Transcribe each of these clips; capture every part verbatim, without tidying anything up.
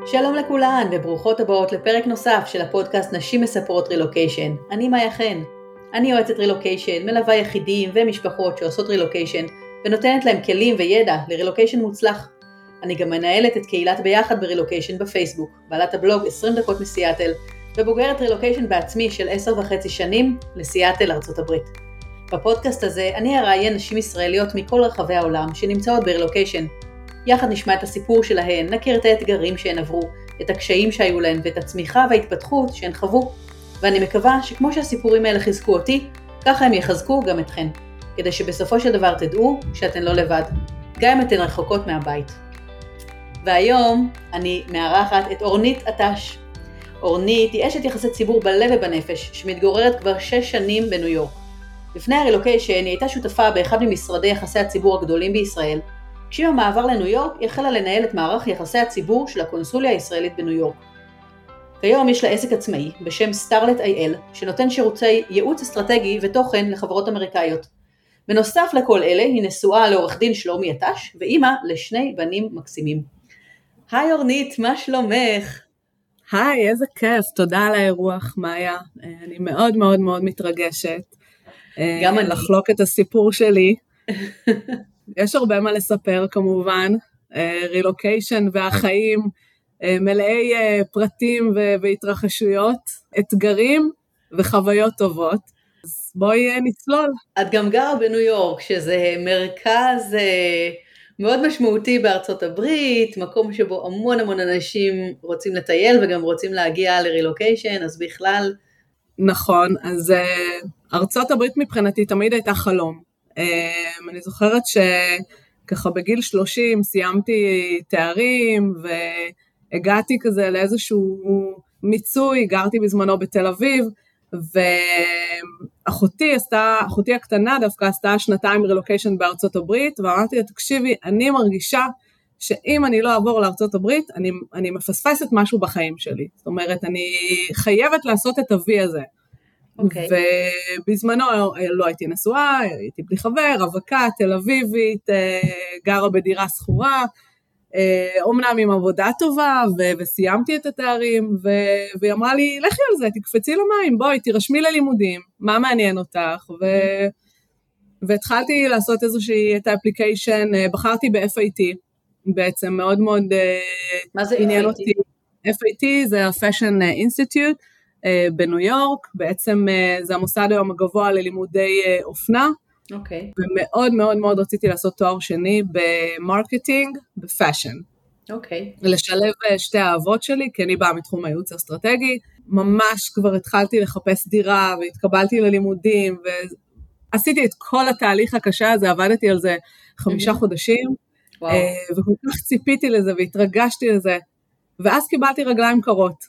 שלום לכולן וברוכות הבאות לפרק נוסף של הפודקאסט נשים מספרות רילוקיישן. אני מאיה חן. אני יועצת רילוקיישן, מלווה יחידים ומשפחות שעושות רילוקיישן ונותנת להם כלים וידע לרילוקיישן מוצלח. אני גם מנהלת את קהילת ביחד ברילוקיישן בפייסבוק, בעלת הבלוג עשרים דקות מסיאטל ובוגרת רילוקיישן בעצמי של עשר וחצי שנים לסיאטל, ארצות הברית. בפודקאסט הזה אני אראיין נשים ישראליות מכל רחבי העולם שנמצאות ברילוקיישן. יחד נשמע את הסיפור שלהן, נכיר את האתגרים שהן עברו, את הקשיים שהיו להן ואת הצמיחה וההתפתחות שהן חוו. ואני מקווה שכמו שהסיפורים האלה חיזקו אותי, ככה הם יחזקו גם אתכן, כדי שבסופו של דבר תדעו שאתן לא לבד, גם אם אתן רחוקות מהבית. והיום אני מארחת את אורנית עטש. אורנית היא אשת יחסי ציבור בלב ובנפש, שמתגוררת כבר שש שנים בניו יורק. לפני הרילוקיישן היא הייתה שותפה באחד ממשרדי יחסי הציבור הגדולים בישראל, כשעם המעבר לניו יורק היא החלה לנהל את מערך יחסי הציבור של הקונסוליה הישראלית בניו יורק. כיום יש לה עסק עצמאי בשם סטארלט איי אל, שנותן שירותי ייעוץ אסטרטגי ותוכן לחברות אמריקאיות. בנוסף לכל אלה היא נשואה לעורך דין שלומי עטש, ואימא לשני בנים מקסימים. היי אורנית, מה שלומך? היי, איזה כיף, תודה על האירוח, מאיה. אני מאוד מאוד מאוד מתרגשת. גם אני. לחלוק את הסיפור שלי. יש הרבה מה לספר כמובן, רילוקיישן והחיים מלאי פרטים והתרחשויות, אתגרים וחוויות טובות. אז בואי נצלול. את גם גרה בניו יורק, שזה מרכז מאוד משמעותי בארצות הברית, מקום שבו המון המון אנשים רוצים לטייל וגם רוצים להגיע לרילוקיישן, אז בכלל... נכון, אז ארצות הברית מבחינתי תמיד הייתה חלום. אני זוכרת שככה בגיל שלושים סיימתי תארים והגעתי כזה לאיזשהו מיצוי, גרתי בזמנו בתל אביב, ואחותי עשתה, אחותי הקטנה דווקא עשתה שנתיים רילוקיישן בארצות הברית, ואמרתי לה, תקשיבי, אני מרגישה שאם אני לא אעבור לארצות הברית, אני, אני מפספסת משהו בחיים שלי. זאת אומרת, אני חייבת לעשות את ה-וי הזה. Okay. ובזמנו לא הייתי נשואה, הייתי בלי חבר, רווקה, תל אביבית, גרה בדירה סחורה, אומנם עם עבודה טובה, ו- וסיימתי את התארים, ו- והיא אמרה לי, לכי על זה, תקפצי למים, בואי, תירשמי ללימודים, מה מעניין אותך, ו- והתחלתי לעשות איזושהי את האפליקיישן, בחרתי ב-אף איי טי, בעצם מאוד מאוד מה זה עניין אותי. אף איי טי זה ה-Fashion Institute, בניו יורק, בעצם זה המוסד היום הגבוה ללימודי אופנה, אוקיי. ומאוד מאוד מאוד רציתי לעשות תואר שני במרקטינג, בפאשן. אוקיי. ולשלב שתי האהבות שלי, כי אני באה מתחום הייעוץ האסטרטגי, ממש כבר התחלתי לחפש דירה, והתקבלתי ללימודים, ועשיתי את כל התהליך הקשה הזה, עבדתי על זה חמישה חודשים, וואו. וכל כך ציפיתי לזה, והתרגשתי לזה, ואז קיבלתי רגליים קרות.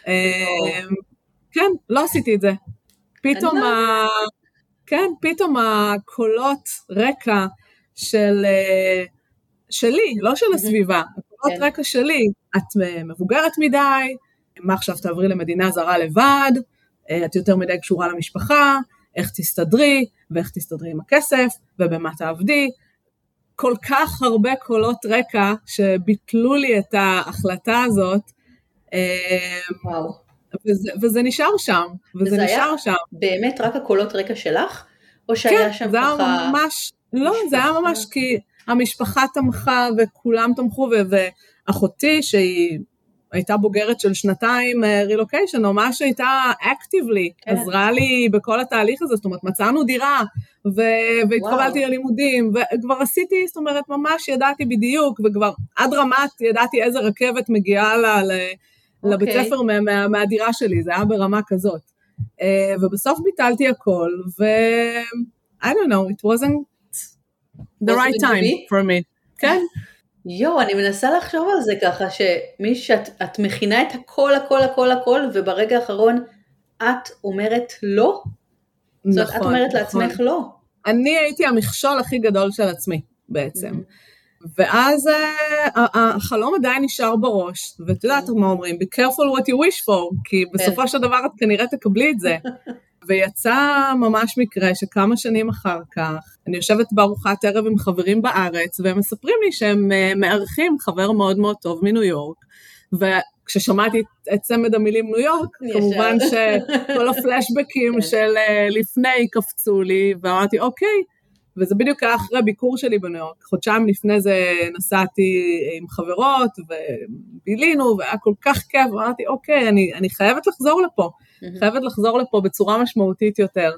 כן, לא עשיתי את זה. פתאום, ה... כן, פתאום הקולות רקע של, שלי, לא של הסביבה, הקולות רקע שלי, את מבוגרת מדי, מה עכשיו תעברי למדינה זרה לבד, את יותר מדי קשורה למשפחה, איך תסתדרי, ואיך תסתדרי עם הכסף, ובמה תעבדי, כל כך הרבה קולות רקע שביטלו לי את ההחלטה הזאת, וואו. וזה, וזה נשאר שם, וזה, וזה נשאר שם. באמת רק הקולות רקע שלך? או שהיה כן, שם זה ככה... היה ממש, לא, משפחה. זה היה ממש כי המשפחה תמכה וכולם תמכו, ואחותי שהיא הייתה בוגרת של שנתיים רילוקיישן, ממש הייתה אקטיבלי, כן. עזרה לי בכל התהליך הזה, זאת אומרת, מצאנו דירה, ו- והתקבלתי ללימודים, וכבר עשיתי, זאת אומרת, ממש ידעתי בדיוק, וכבר עד רמת ידעתי איזה רכבת מגיעה ל... ל- לבית ספר מה, מה, מהדירה שלי, זה היה ברמה כזאת. Uh, ובסוף ביטלתי הכל, ו... I don't know, it wasn't the right time for me. כן? יו, אני מנסה לחשוב על זה ככה, שמי שאת את מכינה את הכל, הכל, הכל, הכל, וברגע האחרון את אומרת לא? נכון, זאת אומרת, את אומרת נכון. לעצמך לא. אני הייתי המכשול הכי גדול של עצמי, בעצם. Mm-hmm. ואז uh, החלום עדיין נשאר בראש, ואת יודעת מה אומרים, be careful what you wish for, כי בסופו של דבר את כנראה תקבלי את זה. ויצא ממש מקרה שכמה שנים אחר כך, אני יושבת בארוחת ערב עם חברים בארץ, והם מספרים לי שהם מארחים חבר מאוד מאוד טוב מניו יורק, וכששמעתי את צמד המילים ניו יורק, כמובן שכל הפלשבקים של לפני קפצו לי, ואמרתי אוקיי, וזה בדיוק היה אחרי ביקור שלי בניו יורק, חודשיים לפני זה נסעתי עם חברות, ובילינו, והיה כל כך כיף, ואמרתי אוקיי, אני, אני חייבת לחזור לפה, חייבת לחזור לפה בצורה משמעותית יותר,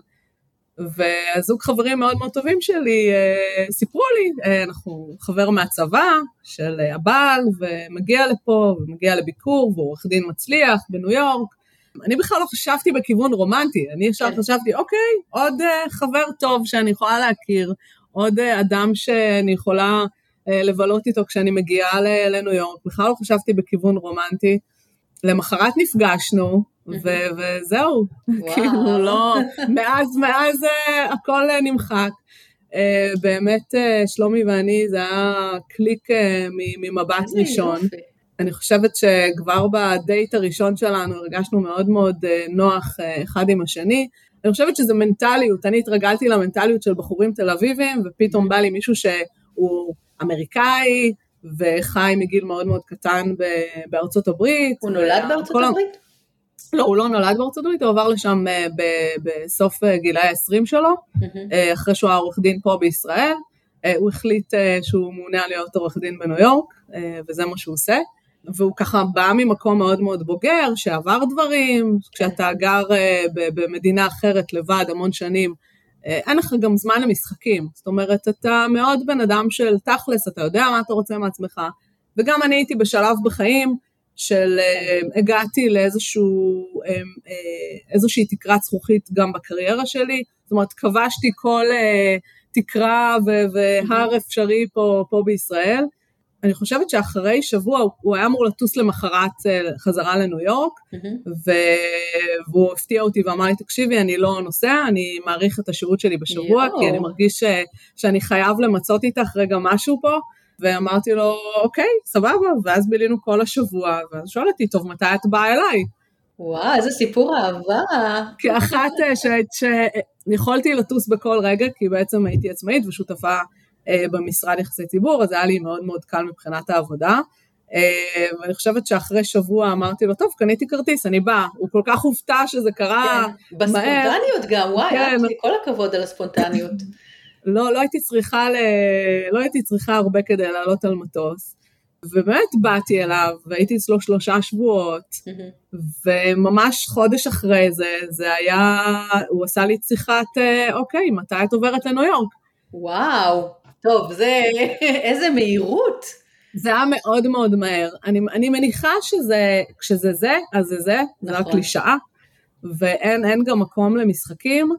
והזוג חברים מאוד מאוד טובים שלי סיפרו לי, אנחנו חבר מהצבא של הבעל, ומגיע לפה, ומגיע לביקור, והוא עורך דין מצליח בניו יורק, אני בכלל לא חשבתי בכיוון רומנטי, אני ישר חשבתי, אוקיי, עוד חבר טוב שאני יכולה להכיר, עוד אדם שאני יכולה לבלות איתו כשאני מגיעה לניו יורק, בכלל לא חשבתי בכיוון רומנטי, למחרת נפגשנו, וזהו, כאילו לא, מאז, מאז הכל נמחק, באמת שלומי ואני, זה היה קליק ממבט ראשון, אני חושבת שכבר בדייט הראשון שלנו הרגשנו מאוד מאוד נוח אחד עם השני, אני חושבת שזה מנטליות, אני התרגלתי למנטליות של בחורים תל אביבים, ופתאום בא לי מישהו שהוא אמריקאי, וחי מגיל מאוד מאוד קטן בארצות הברית. הוא נולד בארצות הברית? לא, הוא לא נולד בארצות הברית, הוא עבר לשם בסוף גילאי ה-עשרים שלו, אחרי שהוא היה עורך דין פה בישראל, הוא החליט שהוא מעוניין להיות עורך דין בניו יורק, וזה מה שהוא עושה, והוא ככה בא ממקום מאוד מאוד בוגר, שעבר דברים, כשאתה גר במדינה אחרת לבד המון שנים, אין לך גם זמן למשחקים, זאת אומרת, אתה מאוד בן אדם של תכלס, אתה יודע מה אתה רוצה מעצמך, וגם אני הייתי בשלב בחיים, של הגעתי לאיזשהו, איזושהי תקרת זכוכית גם בקריירה שלי, זאת אומרת, כבשתי כל תקרה והר אפשרי פה, פה בישראל, אני חושבת שאחרי שבוע הוא היה אמור לטוס למחרת חזרה לניו יורק, והוא הפתיע אותי ואמר לי, תקשיבי, אני לא נוסע, אני מעריך את השירות שלי בשבוע, כי אני מרגיש שאני חייב למצות איתך רגע משהו פה, ואמרתי לו, אוקיי, סבבה, ואז בילינו כל השבוע, ואז שואלתי, טוב, מתי את באה אליי? וואו, איזה סיפור אהבה. כי אחת שיכולתי לטוס בכל רגע, כי בעצם הייתי עצמאית ושותפה במשרד יחסי ציבור, אז היה לי מאוד מאוד קל מבחינת העבודה, ואני חושבת שאחרי שבוע אמרתי לו, טוב, קניתי כרטיס, אני באה, הוא כל כך הופתע שזה קרה מהר. בספונטניות גם, וואי, כל הכבוד על הספונטניות. לא, לא הייתי צריכה, ל... לא הייתי צריכה הרבה כדי לעלות על מטוס, ובאמת באתי אליו, והייתי אצלו שלושה שבועות, וממש חודש אחרי זה, זה היה, הוא עשה לי שיחת, אוקיי, מתי את עוברת לניו יורק? וואו, טוב, זה, איזה מהירות. זה היה מאוד מאוד מהר, אני, אני מניחה שזה, כשזה זה, אז זה זה, זה רק קלישאה, ואין, אין גם מקום למשחקים,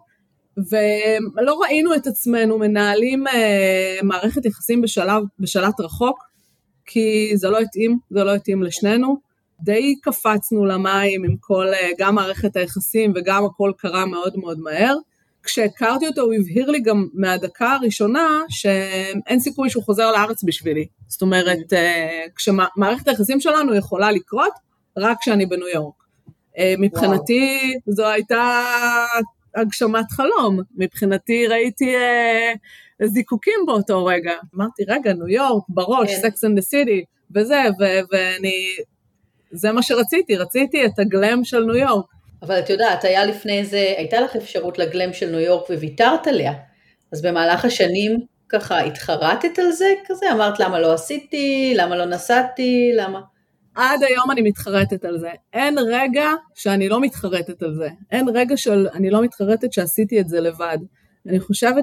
ולא ראינו את עצמנו מנהלים מערכת יחסים בשלב, בשלט רחוק, כי זה לא התאים, זה לא התאים לשנינו, די קפצנו למים עם כל, גם מערכת היחסים וגם הכל קרה מאוד מאוד מהר, כשהכרתי אותו הוא הבהיר לי גם מהדקה הראשונה שאין סיכוי שהוא חוזר לארץ בשבילי, זאת אומרת, כשמערכת היחסים שלנו יכולה לקרות רק כשאני בניו יורק. מבחינתי זו הייתה הגשמת חלום, מבחינתי ראיתי אה, זיקוקים באותו רגע, אמרתי רגע ניו יורק בראש, סקס אנד דה סיטי וזה, ו- ואני, זה מה שרציתי, רציתי את הגלם של ניו יורק. אבל את יודעת, היה לפני זה, הייתה לך אפשרות לגלם של ניו יורק וויתרת עליה, אז במהלך השנים ככה התחרטת על זה כזה, אמרת למה לא עשיתי, למה לא נסעתי, למה? עד היום אני מתחרטת על זה, אין רגע שאני לא מתחרטת על זה, אין רגע שאני לא מתחרטת שעשיתי את זה לבד, אני חושבת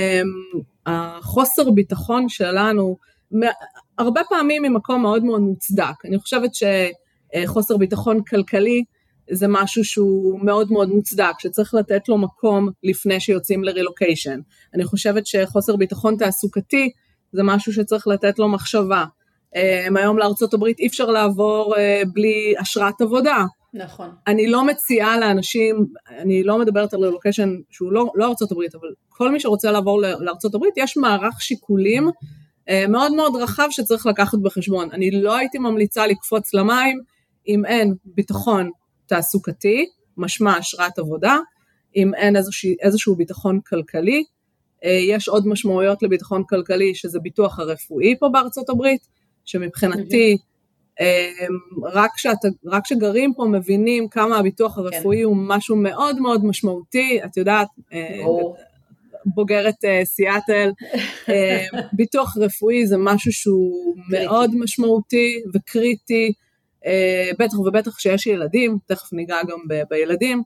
שהחוסר ביטחון שלנו, הרבה פעמים ממקום מאוד מאוד מוצדק, אני חושבת שחוסר ביטחון כלכלי, זה משהו שהוא מאוד מאוד מוצדק, שצריך לתת לו מקום לפני שיוצאים לרילוקיישן, אני חושבת שחוסר ביטחון תעסוקתי, זה משהו שצריך לתת לו מחשבה, היום לארצות הברית אי אפשר לעבור בלי אשרת עבודה. נכון. אני לא מציעה לאנשים, אני לא מדברת על רילוקיישן שהוא לא, לא ארצות הברית, אבל כל מי שרוצה לעבור לארצות הברית, יש מערך שיקולים מאוד מאוד רחב שצריך לקחת בחשבון. אני לא הייתי ממליצה לקפוץ למים, אם אין ביטחון תעסוקתי, משמע אשרת עבודה, אם אין איזשהו, איזשהו ביטחון כלכלי, יש עוד משמעויות לביטחון כלכלי, שזה ביטוח הרפואי פה בארצות הברית, שמבחינתי רק רק שגרים פה מבינים כמה הביטוח הרפואי הוא משהו מאוד מאוד משמעותי, את יודעת, בוגרת סיאטל, ביטוח רפואי זה משהו שהוא מאוד משמעותי וקריטי, בטח ובטח שיש ילדים, תכף ניגע גם בילדים,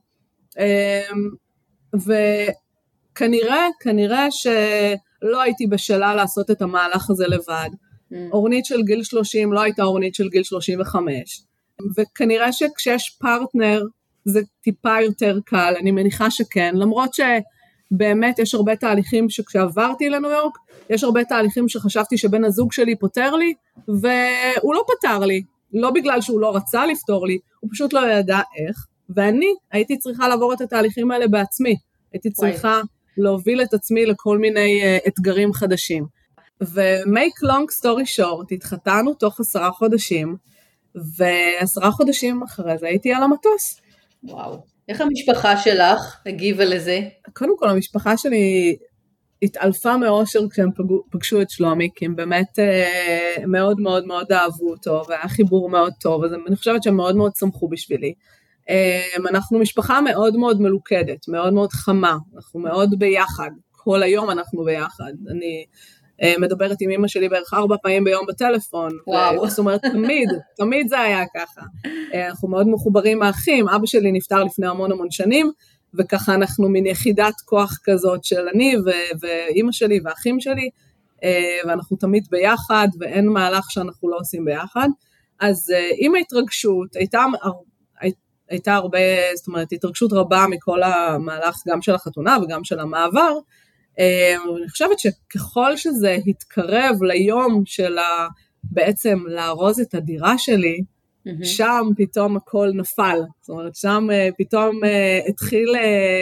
וכנראה, כנראה שלא הייתי בשלה לעשות את המהלך הזה לבד, אורנית של גיל שלושים לא הייתה אורנית של גיל שלושים וחמש, וכנראה שכשיש פרטנר זה טיפה יותר קל, אני מניחה שכן, למרות שבאמת יש הרבה תהליכים שכשעברתי לניו יורק, יש הרבה תהליכים שחשבתי שבן הזוג שלי פותר לי, והוא לא פתר לי, לא בגלל שהוא לא רצה לפתור לי, הוא פשוט לא ידע איך, ואני הייתי צריכה לעבור את התהליכים האלה בעצמי, הייתי צריכה להוביל את עצמי לכל מיני uh, אתגרים חדשים, ו-make long story short, התחתנו תוך עשרה חודשים, ועשרה חודשים אחרי זה הייתי על המטוס. וואו, איך המשפחה שלך הגיבה לזה? קודם כל, המשפחה שלי התעלפה מאושר כשהם פגעו, פגשו את שלומי, כי הם באמת uh, מאוד מאוד מאוד אהבו אותו, והיה חיבור מאוד טוב, אז אני חושבת שהם מאוד מאוד שמחו בשבילי. Um, אנחנו משפחה מאוד מאוד מלוכדת, מאוד מאוד חמה, אנחנו מאוד ביחד, כל היום אנחנו ביחד, אני uh, מדברת עם אמא שלי בערך ארבע פעמים ביום בטלפון, וואו. זאת אומרת תמיד, תמיד זה היה ככה, uh, אנחנו מאוד מחוברים מאחים, אבא שלי נפטר לפני המון המון שנים, וככה אנחנו מן יחידת כוח כזאת של אני ו- ואמא שלי ואחים שלי, uh, ואנחנו תמיד ביחד, ואין מהלך שאנחנו לא עושים ביחד, אז uh, עם ההתרגשות, הייתה הייתה הרבה, זאת אומרת, התרגשות רבה מכל המהלך, גם של החתונה וגם של המעבר, אני חושבת שככל שזה התקרב ליום של בעצם לארוז את הדירה שלי, mm-hmm. שם פתאום הכל נפל, זאת אומרת, שם פתאום התחיל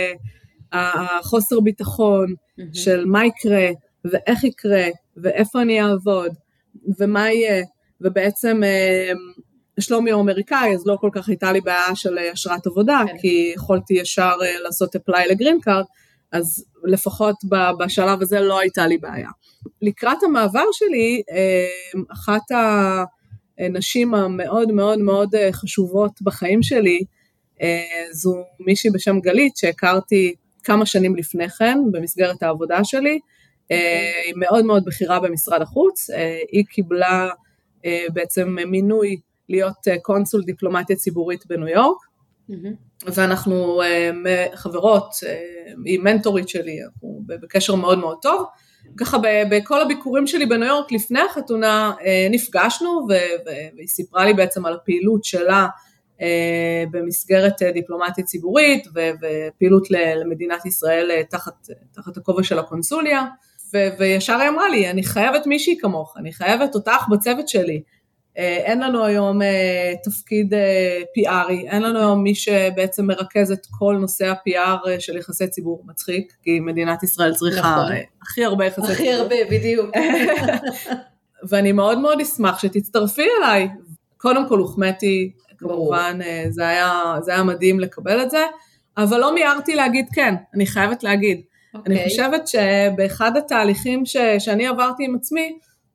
החוסר ביטחון mm-hmm. של מה יקרה, ואיך יקרה, ואיפה אני אעבוד, ומה יהיה, ובעצם שלומי הוא אמריקאי, אז לא כל כך הייתה לי בעיה של אשרת עבודה, כן. כי יכולתי ישר לעשות אפליי לגרין קארד, אז לפחות בשלב הזה לא הייתה לי בעיה. לקראת המעבר שלי, אחת הנשים המאוד מאוד מאוד חשובות בחיים שלי, זו מישהי בשם גלית, שהכרתי כמה שנים לפני כן, במסגרת העבודה שלי, היא מאוד מאוד בכירה במשרד החוץ, היא קיבלה בעצם מינוי, להיות קונסול דיפלומטיה ציבורית בניו יורק, mm-hmm. ואנחנו uh, חברות, uh, היא מנטורית שלי, אנחנו בקשר מאוד מאוד טוב, ככה בכל הביקורים שלי בניו יורק לפני החתונה uh, נפגשנו, ו- ו- והיא סיפרה לי בעצם על הפעילות שלה uh, במסגרת uh, דיפלומטיה ציבורית, ו- ופעילות למדינת ישראל uh, תחת, תחת הכובע של הקונסוליה, ו- וישר היא אמרה לי, אני חייבת מישהי כמוך, אני חייבת אותך בצוות שלי, אין לנו היום תפקיד פי ארי, אין לנו היום מי שבעצם מרכז את כל נושא ה-פי אר של יחסי ציבור, מצחיק, כי מדינת ישראל צריכה הכי הרבה יחסי ציבור. הכי הרבה, בדיוק. ואני מאוד מאוד אשמח שתצטרפי אליי, קודם כל הוחמאתי, כמובן זה היה, זה היה מדהים לקבל את זה, אבל לא מיהרתי להגיד כן, אני חייבת להגיד. אני חושבת שבאחד התהליכים שאני עברתי עם עצמי,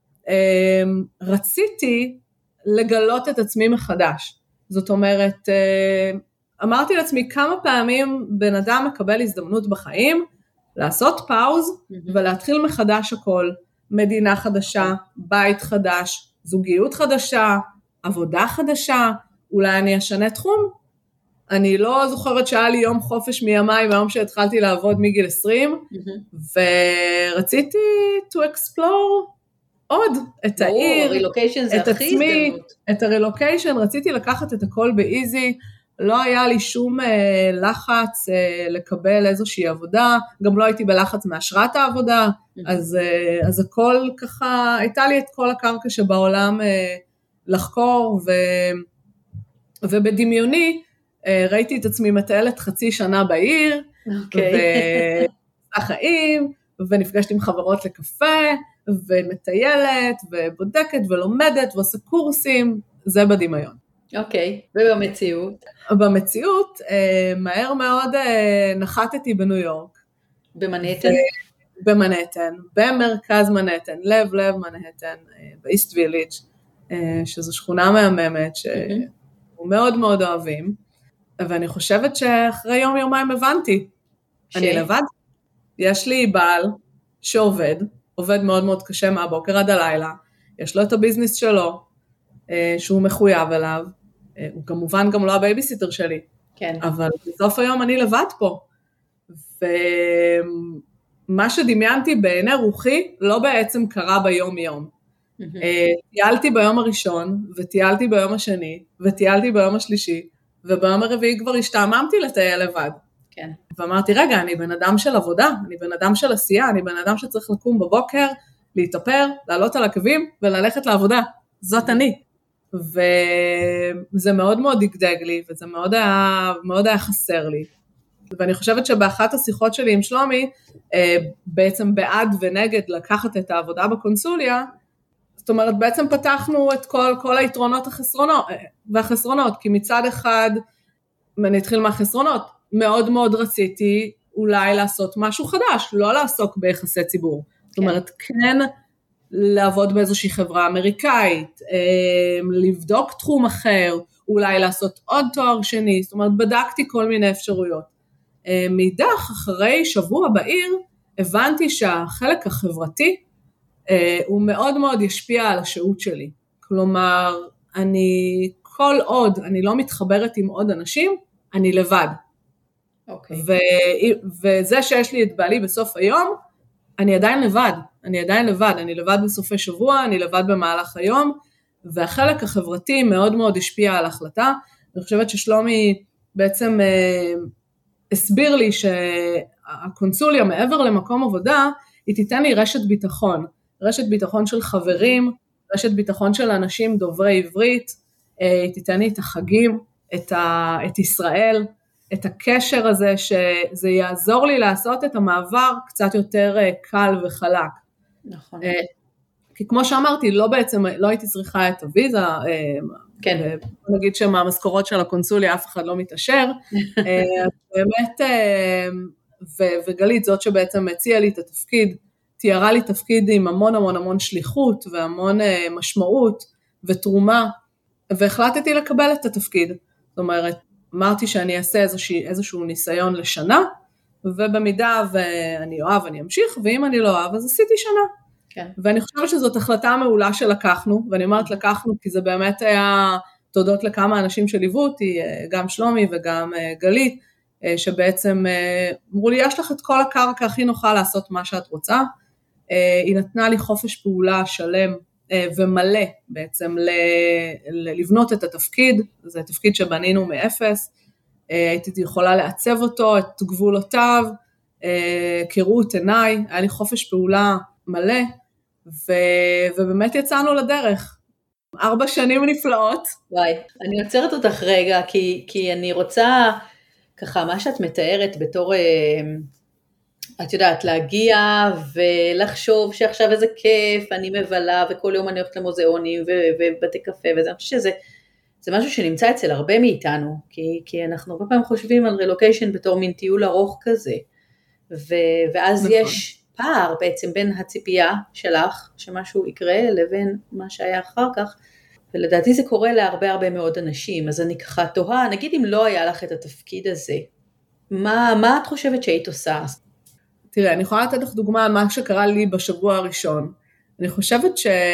רציתי לגלות את עצמי מחדש. זאת אומרת, אמרתי לעצמי כמה פעמים בן אדם מקבל הזדמנות בחיים, לעשות פאוז ולהתחיל מחדש הכל, מדינה חדשה, בית חדש, זוגיות חדשה, עבודה חדשה, אולי אני אשנה תחום. אני לא זוכרת שהיה לי יום חופש מימיי, ביום שהתחלתי לעבוד מגיל עשרים, ורציתי to explore עוד, את העיר, את עצמי, את הרילוקיישן, רציתי לקחת את הכל באיזי, לא היה לי שום אה, לחץ אה, לקבל איזושהי עבודה, גם לא הייתי בלחץ מאשרת העבודה, אז, אה, אז הכל ככה, הייתה לי את כל הקרקע שבעולם אה, לחקור, ו, ובדמיוני אה, ראיתי את עצמי מטיילת חצי שנה בעיר, okay. והחיים, ונפגשתי עם חברות לקפה, ומטיילת, ובודקת, ולומדת, ועושה קורסים, זה בדמיון. אוקיי, okay. ובמציאות? במציאות, מהר מאוד נחתתי בניו יורק. במנהטן? במנהטן, במרכז מנהטן, לב לב מנהטן, באיסט ויליג'. שזו שכונה מהממת, שהוא מאוד מאוד אוהבים, ואני חושבת שאחרי יום יומיים הבנתי, ש... אני לבד, יש לי בעל שעובד, עובד מאוד מאוד קשה מהבוקר עד הלילה, יש לו את הביזנס שלו, שהוא מחויב אליו, הוא כמובן גם לא הבייביסיטר שלי, כן. אבל בסוף היום אני לבד פה, ומה שדמיינתי בעיני רוחי, לא בעצם קרה ביום יום. Mm-hmm. טיילתי ביום הראשון, וטיילתי ביום השני, וטיילתי ביום השלישי, וביום הרביעי כבר השתעממתי לטייל לבד. כן. ואמרתי, רגע, אני בן אדם של עבודה, אני בן אדם של עשייה, אני בן אדם שצריך לקום בבוקר, להתאפר, לעלות על הקווים, וללכת לעבודה. זאת אני. וזה מאוד מאוד דגדג לי, וזה מאוד היה, מאוד היה חסר לי. ואני חושבת שבאחת השיחות שלי עם שלומי, בעצם בעד ונגד לקחת את העבודה בקונסוליה, זאת אומרת, בעצם פתחנו את כל, כל היתרונות החסרונות, והחסרונות, כי מצד אחד, ואני אתחיל מהחסרונות, מאוד מאוד רציתי אולי לעשות משהו חדש, לא לעסוק ביחסי ציבור. כן. זאת אומרת, כן לעבוד באיזושהי חברה אמריקאית, לבדוק תחום אחר, אולי לעשות עוד תואר שני, זאת אומרת, בדקתי כל מיני אפשרויות. מאידך, אחרי שבוע בעיר, הבנתי שהחלק החברתי, הוא מאוד מאוד ישפיע על השהות שלי. כלומר, אני, כל עוד אני לא מתחברת עם עוד אנשים, אני לבד. אוקיי. ו- וזה שיש לי את בעלי בסוף היום, אני עדיין לבד. אני עדיין לבד. אני לבד בסופי שבוע, אני לבד במהלך היום, והחלק החברתי מאוד מאוד השפיע על ההחלטה. אני חושבת ששלומי בעצם אה, הסביר לי שהקונסוליה מעבר למקום עבודה, היא תיתן לי רשת ביטחון. רשת ביטחון של חברים, רשת ביטחון של אנשים דוברי עברית, היא תיתן לי את החגים, את, ה, את ישראל, את הקשר הזה, שזה יעזור לי לעשות את המעבר קצת יותר קל וחלק. נכון. כי כמו שאמרתי, לא בעצם, לא הייתי צריכה את הוויזה, כן. נגיד שמהמשכורות של הקונסוליה אף אחד לא מתאשר, באמת, ו- וגלית זאת שבעצם הציעה לי את התפקיד, תיארה לי תפקיד עם המון המון המון שליחות, והמון משמעות ותרומה, והחלטתי לקבל את התפקיד. זאת אומרת, אמרתי שאני אעשה איזושהי, איזשהו ניסיון לשנה, ובמידה ואני אוהב אני אמשיך, ואם אני לא אוהב אז עשיתי שנה. כן. ואני חושבת שזאת החלטה מעולה שלקחנו, ואני אומרת לקחנו כי זה באמת היה תודות לכמה אנשים שליוו אותי, גם שלומי וגם גלית, שבעצם אמרו לי, יש לך את כל הקרקע הכי נוחה לעשות מה שאת רוצה, היא נתנה לי חופש פעולה שלם ומלא בעצם לבנות את התפקיד, זה תפקיד שבנינו מאפס, הייתי יכולה לעצב אותו, את גבולותיו, כראות עיניי, היה לי חופש פעולה מלא, ובאמת יצאנו לדרך. ארבע שנים נפלאות. וואי, אני עוצרת אותך רגע, כי, כי אני רוצה, ככה, מה שאת מתארת בתור, את יודעת, להגיע ולחשוב שעכשיו איזה כיף, אני מבלה, וכל יום אני הולכת למוזיאונים ובתי קפה, וזה, אני חושבת שזה זה משהו שנמצא אצל הרבה מאיתנו, כי, כי אנחנו הרבה פעמים חושבים על רילוקיישן בתור מין טיול ארוך כזה, ו, ואז נכון. יש פער בעצם בין הציפייה שלך, שמשהו יקרה, לבין מה שהיה אחר כך, ולדעתי זה קורה להרבה הרבה מאוד אנשים, אז אני ככה תוהה, נגיד אם לא היה לך את התפקיד הזה, מה, מה את חושבת שהיית עושה? תראה, אני יכולה לתת לך דוגמה על מה שקרה לי בשבוע הראשון. אני חושבת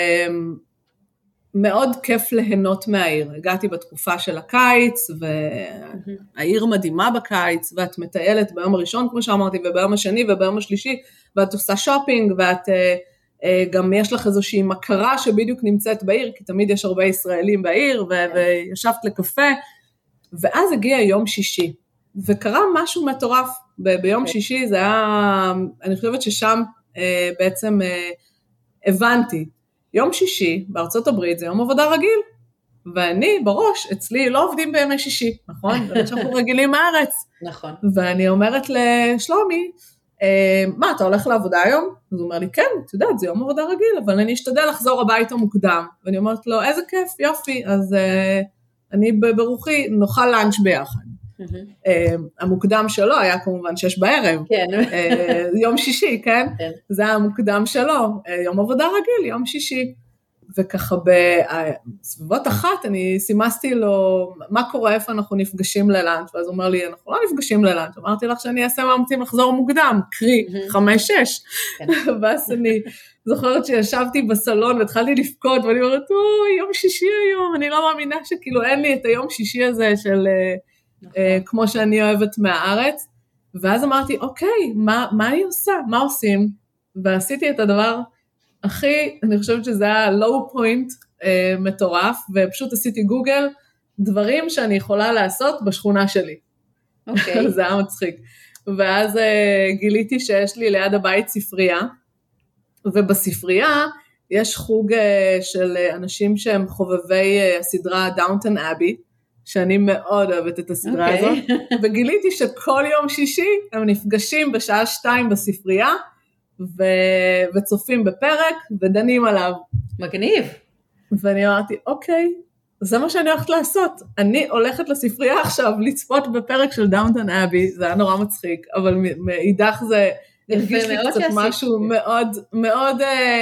שמאוד כיף ליהנות מהעיר. הגעתי בתקופה של הקיץ, והעיר מדהימה בקיץ, ואת מטיילת ביום הראשון, כמו שאמרתי, וביום השני וביום השלישי, ואת עושה שופינג, ואת גם יש לך איזושהי מכרה שבדיוק נמצאת בעיר, כי תמיד יש הרבה ישראלים בעיר, וישבת לקפה, ואז הגיע יום שישי, וקרה משהו מטורף, ביום שישי זה היה, אני חושבת ששם בעצם הבנתי, יום שישי בארצות הברית זה יום עבודה רגיל, ואני בראש, אצלי לא עובדים בימי שישי, נכון? באמת שאנחנו רגילים מארץ. נכון. ואני אומרת לשלומי, מה, אתה הולך לעבודה היום? אז הוא אומר לי, כן, אתה יודעת, זה יום עבודה רגיל, אבל אני אשתדל לחזור הביתה מוקדם. ואני אומרת לו, איזה כיף, יופי, אז אני ברוחי נאכל לאנץ' ביחד. המוקדם שלו היה כמובן שש בערב, יום שישי, כן? זה היה המוקדם שלו, יום עבודה רגיל, יום שישי. וככה בסביבות אחת אני סימסתי לו, מה קורה, איפה אנחנו נפגשים ללאנץ', ואז הוא אומר לי, אנחנו לא נפגשים ללאנץ', אמרתי לך שאני אעשה מאמצים לחזור מוקדם, קרי, חמש, שש, ואז אני זוכרת שישבתי בסלון, והתחלתי לפקוד, ואני אומרת, אוי, יום שישי היום, אני לא מאמינה שכאילו אין לי את היום שישי הזה, של כמו שאני אוהבת מהארץ, ואז אמרתי, אוקיי, מה, מה אני עושה? מה עושים? ועשיתי את הדבר הכי, אני חושבת שזה היה low point אה, מטורף, ופשוט עשיתי גוגל, דברים שאני יכולה לעשות בשכונה שלי. אוקיי. זה היה מצחיק. ואז אה, גיליתי שיש לי ליד הבית ספרייה, ובספרייה יש חוג אה, של אנשים שהם חובבי אה, הסדרה דאונטון אבי, שאני מאוד אוהבת את הסדרה okay. הזאת, וגיליתי שכל יום שישי הם נפגשים בשעה שתיים בספרייה, ו... וצופים בפרק, ודנים עליו. מגניב. ואני אמרתי, אוקיי, זה מה שאני הולכת לעשות. אני הולכת לספרייה עכשיו, לצפות בפרק של דאונטון אבי, זה היה נורא מצחיק, אבל מאידך זה הרגיש לי קצת משהו מאוד, מאוד...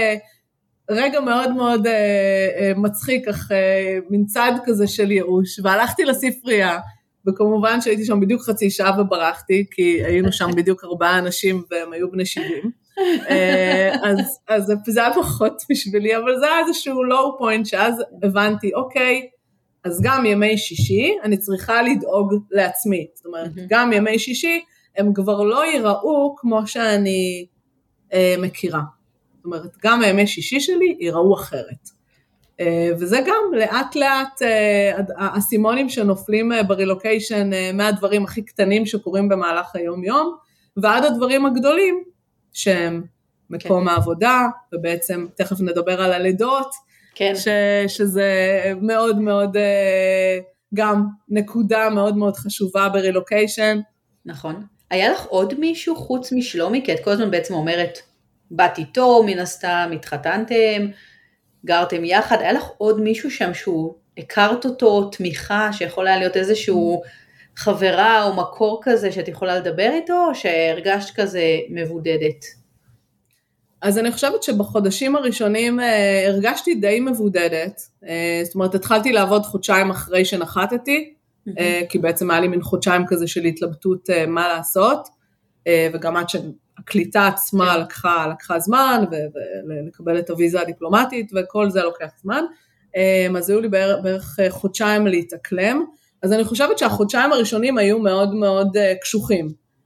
רגע מאוד מאוד אה, אה, מצחיק, אך אה, מן צד כזה של ייאוש, והלכתי לספרייה, וכמובן שהייתי שם בדיוק חצי שעה וברחתי, כי היינו שם בדיוק ארבעה אנשים, והם היו בני שבעים, אה, אז, אז זה היה פחות בשבילי, אבל זה היה איזשהו low point, שאז הבנתי, אוקיי, אז גם ימי שישי, אני צריכה לדאוג לעצמי, זאת אומרת, mm-hmm. גם ימי שישי, הם כבר לא ייראו כמו שאני אה, מכירה, זאת אומרת, גם הימי שישי שלי ייראו אחרת. וזה גם לאט לאט הסימונים שנופלים ברילוקיישן מהדברים הכי קטנים שקורים במהלך היום יום, ועד הדברים הגדולים שהם מקום כן. העבודה, ובעצם תכף נדבר על הלידות, כן. ש, שזה מאוד מאוד גם נקודה מאוד מאוד חשובה ברילוקיישן. נכון. היה לך עוד מישהו חוץ משלומי, כי את כל הזמן בעצם אומרת, בת איתו, מן הסתם, התחתנתם, גרתם יחד, היה לך עוד מישהו שם שהוא הכרת אותו, תמיכה, שיכול היה להיות איזשהו חברה או מקור כזה, שאת יכולה לדבר איתו, או שהרגשת כזה מבודדת? אז אני חושבת שבחודשים הראשונים אה, הרגשתי די מבודדת, אה, זאת אומרת, התחלתי לעבוד חודשיים אחרי שנחתתי, אה, כי בעצם היה לי מין חודשיים כזה של התלבטות אה, מה לעשות, אה, וגם עד ש... הקליטה עצמה לקחה, לקחה זמן, ולקבל את הוויזה הדיפלומטית, וכל זה לוקח זמן, אז היו לי בערך, בערך חודשיים להתאקלם, אז אני חושבת שהחודשיים הראשונים היו מאוד מאוד קשוחים,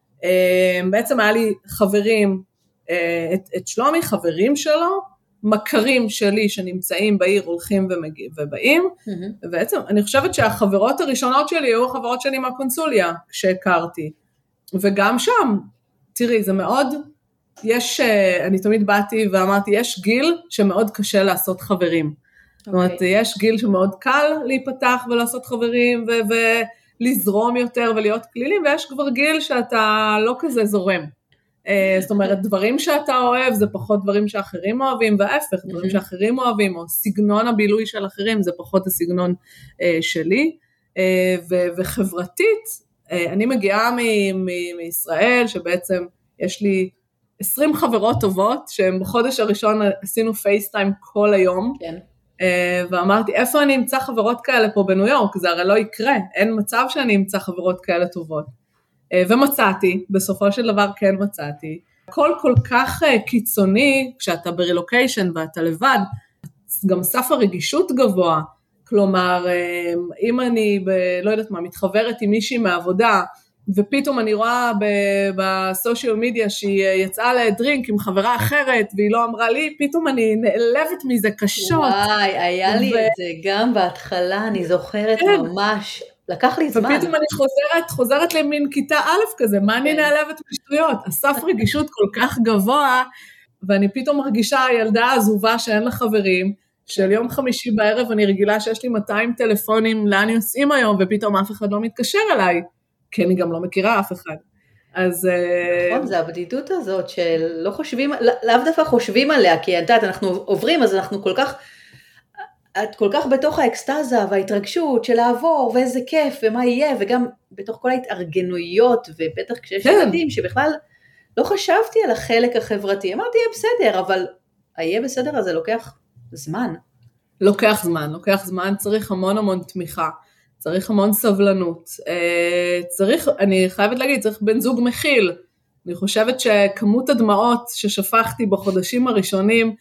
בעצם היה לי חברים, את, את שלומי, חברים שלו, מכרים שלי שנמצאים בעיר, הולכים ומגיעים, ובאים, mm-hmm. ובעצם אני חושבת שהחברות הראשונות שלי, היו החברות שלי מהקונסוליה, כשהכרתי, וגם שם, תראי, זה מאוד, יש, אני תמיד באתי ואמרתי, יש גיל שמאוד קשה לעשות חברים. Okay. זאת אומרת, יש גיל שמאוד קל להיפתח ולעשות חברים, ו- ולזרום יותר ולהיות כלילים, ויש כבר גיל שאתה לא כזה זורם. זאת אומרת, דברים שאתה אוהב, זה פחות דברים שאחרים אוהבים, וההפך, דברים שאחרים אוהבים, או סגנון הבילוי של אחרים, זה פחות הסגנון שלי. ו- וחברתית, אני מגיעה מ- מ- מישראל, שבעצם יש לי עשרים חברות טובות, שהן בחודש הראשון עשינו פייסטיים כל היום, כן. ואמרתי, איפה אני אמצא חברות כאלה פה בניו יורק? זה הרי לא יקרה, אין מצב שאני אמצא חברות כאלה טובות. ומצאתי, בסופו של דבר כן מצאתי. הכל כל כך קיצוני, כשאתה ברילוקיישן ואתה לבד, גם סף הרגישות גבוה, כלומר, אם אני, ב, לא יודעת מה, מתחברת עם מישהי מהעבודה, ופתאום אני רואה בסושיאל מדיה שהיא יצאה לדרינק עם חברה אחרת, והיא לא אמרה לי, פתאום אני נעלבת מזה קשות. וואי, היה לי ו... את זה גם בהתחלה, אני זוכרת כן. ממש, לקח לי זמן. ופתאום אני חוזרת, חוזרת למין כיתה א' כזה, מה כן. אני נעלבת בשטויות? הסף רגישות כל כך גבוה, ואני פתאום מרגישה ילדה עזובה שאין לה חברים, של יום חמישי בערב אני רגילה שיש לי מאתיים טלפונים לאן יוצאים היום, ופתאום אף אחד לא מתקשר אליי, כי אני גם לא מכירה אף אחד. אז... נכון, זה הבדידות הזאת שלא חושבים, לאו דווקא חושבים עליה, כי יודעת, אנחנו עוברים, אז אנחנו כל כך, את כל כך בתוך האקסטאזה וההתרגשות של לעבור, ואיזה כיף, ומה יהיה, וגם בתוך כל ההתארגנויות, ובטח כשיש ילדים, שבכלל לא חשבתי על החלק החברתי, אמרתי, יהיה בסדר, אבל יהיה בסדר, אז זה לוקח זמן. לוקח זמן, לוקח זמן, צריך המון המון תמיכה, צריך המון סבלנות, צריך, אני חייבת להגיד, צריך בן זוג מכיל, אני חושבת שכמות הדמעות ששפכתי בחודשים הראשונים,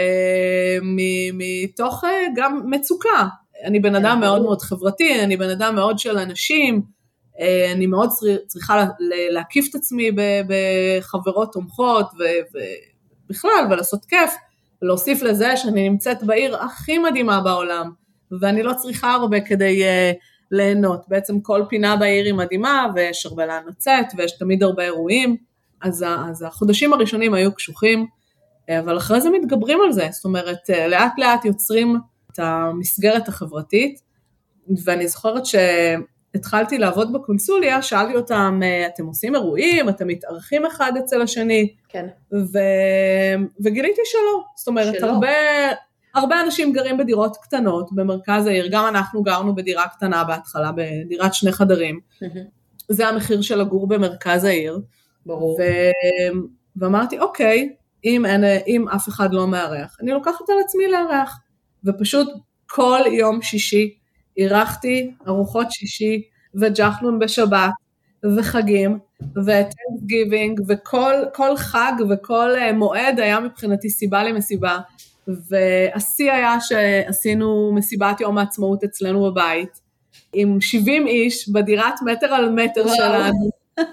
מתוך גם מצוקה, אני בן אדם מאוד מאוד חברתי, אני בן אדם מאוד של אנשים, אני מאוד צריכה להקיף את עצמי בחברות תומכות, ובכלל, ולעשות כיף, ולהוסיף לזה שאני נמצאת בעיר הכי מדהימה בעולם, ואני לא צריכה הרבה כדי ליהנות, בעצם כל פינה בעיר היא מדהימה, ויש הרבה לאן לצאת, ויש תמיד הרבה אירועים, אז, אז החודשים הראשונים היו קשוחים, אבל אחרי זה מתגברים על זה, זאת אומרת, לאט לאט יוצרים את המסגרת החברתית, ואני זוכרת שהתחלתי לעבוד בקונסוליה, שאלתי אותם, אתם עושים אירועים, אתם מתארחים אחד אצל השני, כן. ו... וגיליתי שלא, זאת אומרת, שלא. הרבה, הרבה אנשים גרים בדירות קטנות, במרכז העיר, גם אנחנו גרנו בדירה קטנה בהתחלה, בדירת שני חדרים, זה המחיר של לגור במרכז העיר, ברור. ו... ואמרתי, אוקיי, אם, אין, אם אף אחד לא מארח, אני לוקחת על עצמי לארח, ופשוט כל יום שישי, אירחתי ארוחות שישי, וג'חנון בשבת, וחגים, וטנקסגיבינג, וכל כל חג וכל מועד היה מבחינתי סיבה למסיבה, והשיא היה שעשינו מסיבת יום העצמאות אצלנו בבית, עם שבעים איש בדירת מטר על מטר וואו. שלנו.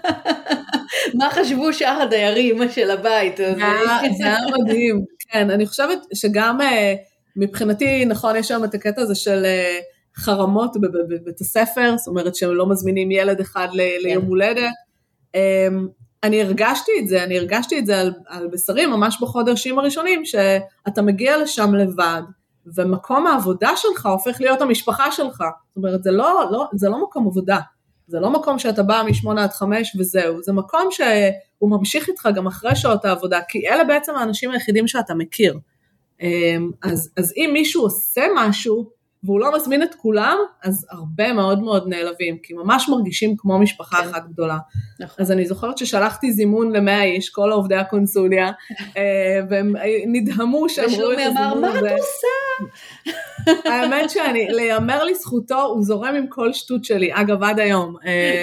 מה חשבו שאר הדיירים של הבית? זה היה מדהים, כן, אני חושבת שגם מבחינתי, נכון, יש שם את הקטע הזה של חרמות בבית הספר, זאת אומרת שהם לא מזמינים ילד אחד ליום הולדת, אני הרגשתי את זה, אני הרגשתי את זה על, על בשרים, ממש בחודשים הראשונים, שאתה מגיע לשם לבד, ומקום העבודה שלך הופך להיות המשפחה שלך, זאת אומרת, זה לא, לא, זה לא מקום עבודה, זה לא מקום שאתה בא משמונה עד חמש וזהו, זה מקום שהוא ממשיך איתך גם אחרי שעות העבודה, כי אלה בעצם האנשים היחידים שאתה מכיר, אז, אז אם מישהו עושה משהו, והוא לא מזמין את כולם, אז הרבה מאוד מאוד נעלבים, כי ממש מרגישים כמו משפחה אחת גדולה. אז אני זוכרת ששלחתי זימון למאה איש, כל עובדי הקונסוליה, והם נדהמו שהם רואים את הזימון הזה. מה את עושה? האמת שאני, ליאמר לזכותו, הוא זורם עם כל שטות שלי, אגב עד היום.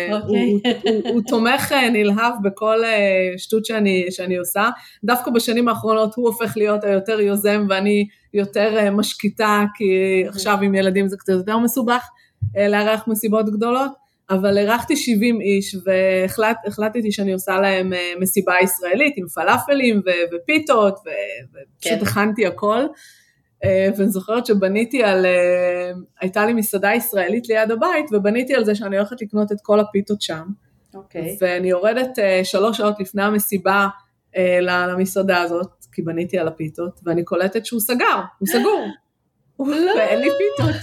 הוא תומך נלהב בכל שטות שאני עושה, דווקא בשנים האחרונות הוא הופך להיות היותר יוזם, ואני יותר משקיטה, כי עכשיו עם ילדים זה קצת יותר מסובך, לארח מסיבות גדולות, אבל ארחתי שבעים איש, והחלטתי שאני עושה להם מסיבה ישראלית, עם פלאפלים ופיתות, ופשוט הכנתי הכל, ואני זוכרת שבניתי על, הייתה לי מסעדה ישראלית ליד הבית, ובניתי על זה שאני הולכת לקנות את כל הפיתות שם, ואני יורדת שלוש שעות לפני המסיבה למסעדה הזאת, כי בניתי על הפיתות, ואני קולטת שהוא סגר, הוא סגור, ואין לי פיתות.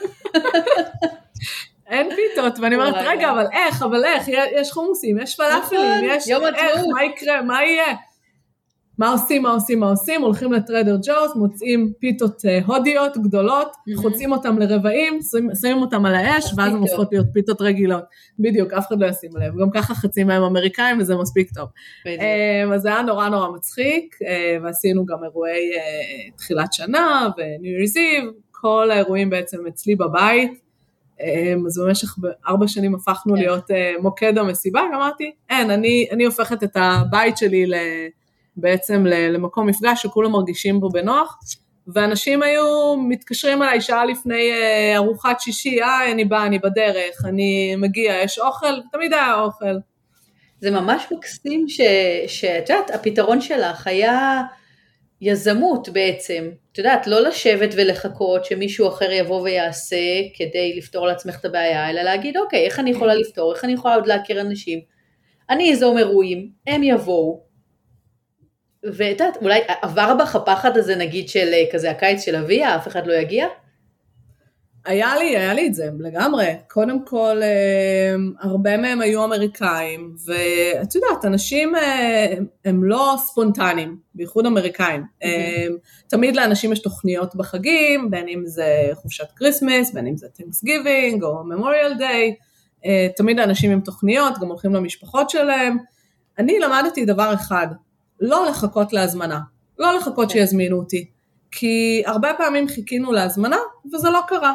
אין פיתות, ואני אומרת, רגע, אבל איך, אבל איך, יש חומוסים, יש פלאפלים, יש איך, מה יקרה, מה יהיה? מה עושים, מה עושים, מה עושים? הולכים לטרדר ג'וז, מוצאים פיתות הודיות גדולות, חוצים אותם לרבעים, שמים אותם על האש, ואז הן הופכות להיות פיתות רגילות. בדיוק, אף אחד לא ישים לב. גם ככה חצי מהם אמריקאים, וזה מספיק טוב. אז זה היה נורא נורא מצחיק, ועשינו גם אירועי תחילת שנה, וניו יר's Eve, כל האירועים בעצם אצלי בבית, אז במשך ארבע שנים הפכנו להיות מוקד המסיבה, אמרתי, אין, אני הופכת את הבית שלי ל... בעצם למקום מפגש שכולם מרגישים בו בנוח, ואנשים היו מתקשרים עליי שעה לפני ארוחת שישי, אה, אני בא, אני בדרך, אני מגיע, יש אוכל, תמיד היה אוכל. זה ממש מקסים שאת יודעת, הפתרון שלך היה יזמות בעצם, את יודעת, לא לשבת ולחכות שמישהו אחר יבוא ויעשה כדי לפתור לעצמך את הבעיה, אלא להגיד, אוקיי, איך אני יכולה לפתור, איך אני יכולה עוד להכיר אנשים, אני איזום אירועים, הם יבואו, ואת יודעת, אולי עבר בך הפחד הזה נגיד של כזה הקיץ של אביה, אף אחד לא יגיע? היה לי, היה לי את זה לגמרי. קודם כל, הרבה מהם היו אמריקאים, ואת יודעת, אנשים הם לא ספונטניים, בייחוד אמריקאים. תמיד לאנשים יש תוכניות בחגים, בין אם זה חופשת קריסמס, בין אם זה Thanksgiving או Memorial Day, תמיד לאנשים עם תוכניות, גם הולכים למשפחות שלהם. אני למדתי דבר אחד, לא לחכות להזמנה, לא לחכות שיזמינו אותי, כי הרבה פעמים חיכינו להזמנה, וזה לא קרה.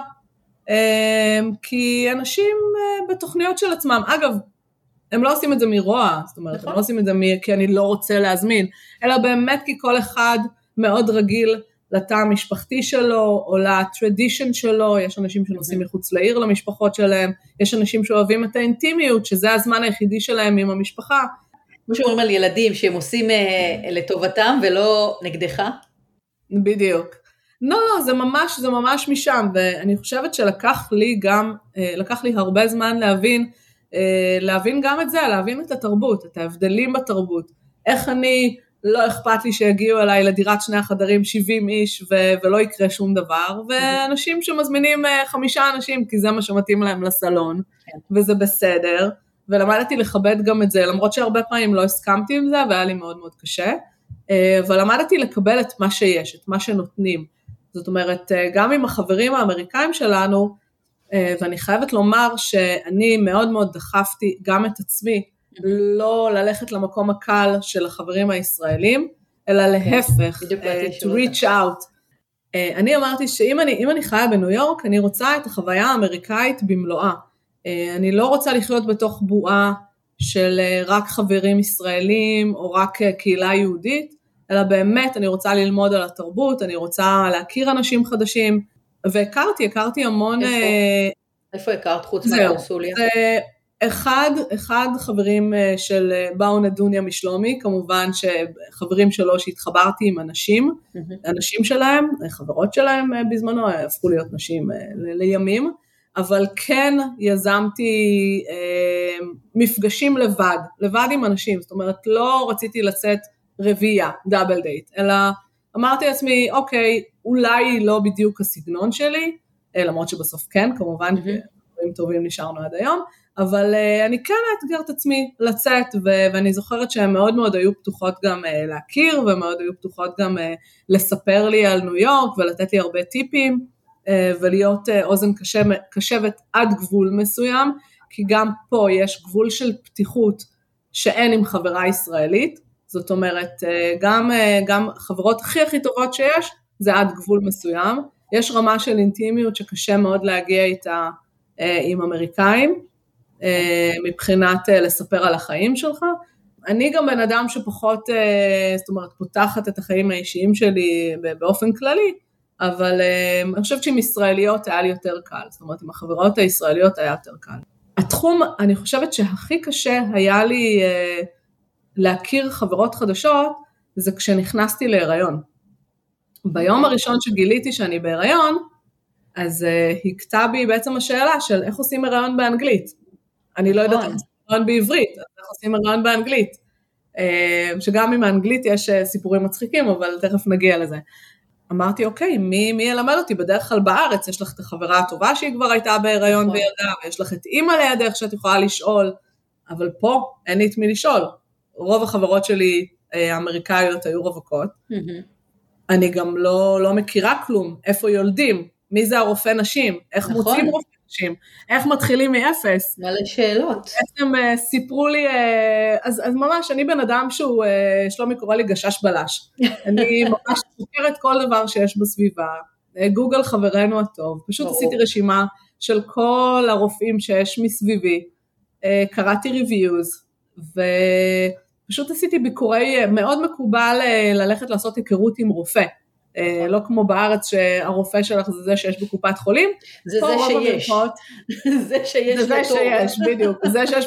כי אנשים בתוכניות של עצמם, אגב, הם לא עושים את זה מרוע, זאת אומרת, הם לא עושים את זה כי אני לא רוצה להזמין, אלא באמת כי כל אחד מאוד רגיל לתא המשפחתי שלו, או לטרדישן שלו, יש אנשים שנוסעים מחוץ לעיר למשפחות שלהם, יש אנשים שאוהבים את האינטימיות, שזה הזמן היחידי שלהם עם המשפחה. כמו שאומרים על ילדים, שהם עושים לטובתם ולא נגדך? בדיוק. לא, לא, זה ממש, זה ממש משם, ואני חושבת שלקח לי גם, לקח לי הרבה זמן להבין, להבין גם את זה, להבין את התרבות, את ההבדלים בתרבות, איך אני, לא אכפת לי שיגיעו אליי לדירת שני החדרים שבעים איש, ו- ולא יקרה שום דבר, ואנשים שמזמינים חמישה אנשים, כי זה מה שמתאים להם לסלון, וזה בסדר, ולמדתי לכבד גם את זה, למרות שהרבה פעמים לא הסכמתי עם זה, והיה לי מאוד מאוד קשה, אבל למדתי לקבל את מה שיש, את מה שנותנים, זאת אומרת, גם עם החברים האמריקאים שלנו, ואני חייבת לומר שאני מאוד מאוד דחפתי גם את עצמי, לא ללכת למקום הקל של החברים הישראלים, אלא להפך, to reach out. אני אמרתי שאם אני, אם אני חיה בניו יורק, אני רוצה את החוויה האמריקאית במלואה. אני לא רוצה לחיות בתוך בועה של רק חברים ישראלים, או רק קהילה יהודית, אלא באמת אני רוצה ללמוד על התרבות, אני רוצה להכיר אנשים חדשים, והכרתי, הכרתי המון... איפה, איפה הכרת חוץ מהקונסוליה? זה אחד, אחד חברים של באו נדוניה משלומי, כמובן שחברים שלו שהתחברתי עם אנשים, אנשים שלהם, חברות שלהם בזמנו, הפכו להיות נשים לימים, אבל כן יזמתי אה, מפגשים לבד, לבד עם אנשים, זאת אומרת לא רציתי לצאת רביעייה, דאבל דייט, אלא אמרתי לעצמי, אוקיי, אולי לא בדיוק הסגנון שלי, למרות שבסוף כן, כמובן, דברים טובים נשארנו עד היום, אבל uh, אני כן אתגר את עצמי לצאת, ו- ואני זוכרת שהן מאוד מאוד היו פתוחות גם uh, להכיר, ומאוד היו פתוחות גם uh, לספר לי על ניו יורק, ולתת לי הרבה טיפים, uh, ולהיות uh, אוזן קשב, קשבת עד גבול מסוים, כי גם פה יש גבול של פתיחות, שאין עם חברה ישראלית, זאת אומרת, גם, גם חברות הכי הכי טובות שיש, זה עד גבול מסוים, יש רמה של אינטימיות שקשה מאוד להגיע איתה עם אמריקאים, מבחינת לספר על החיים שלך, אני גם בן אדם שפחות, זאת אומרת, פותחת את החיים האישיים שלי באופן כללי, אבל אני חושבת שעם ישראליות היה לי יותר קל, זאת אומרת, עם החברות הישראליות היה יותר קל. התחום, אני חושבת שהכי קשה היה לי להכיר חברות חדשות, זה כשנכנסתי להיריון. ביום הראשון שגיליתי שאני בהיריון, אז uh, הכתה בי בעצם השאלה של איך עושים הריון באנגלית. אני לא יודעת איך עושים הריון בעברית, איך עושים הריון באנגלית. Uh, שגם עם האנגלית יש uh, סיפורים מצחיקים, אבל תכף נגיע לזה. אמרתי, אוקיי, מי, מי ילמד אותי? בדרך כלל בארץ יש לך את החברה הטובה שהיא כבר הייתה בהיריון וילדה, ויש לך את אימא לידך שאת יכולה לשאול, אבל פה אין לי את מי לשאול. רוב החברות שלי האמריקאיות היו רווקות. אני גם לא, לא מכירה כלום. איפה יולדים? מי זה הרופא נשים? איך נכון. מוצאים רופא נשים? איך מתחילים מאפס? מלא שאלות. בעצם סיפרו לי, אז, אז ממש, אני בן אדם שהוא, שלומי קורא לי גשש בלש. אני ממש חוקרת כל דבר שיש בסביבה. גוגל חברנו הטוב. פשוט ברור. עשיתי רשימה של כל הרופאים שיש מסביבי. קראתי ריוויוז, ופשוט עשיתי ביקורי, מאוד מקובל ללכת לעשות היכרות עם רופא. לא כמו בארץ שהרופא שלך זה זה שיש בקופת חולים. זה זה שיש. זה שיש. זה זה שיש, בדיוק. זה שיש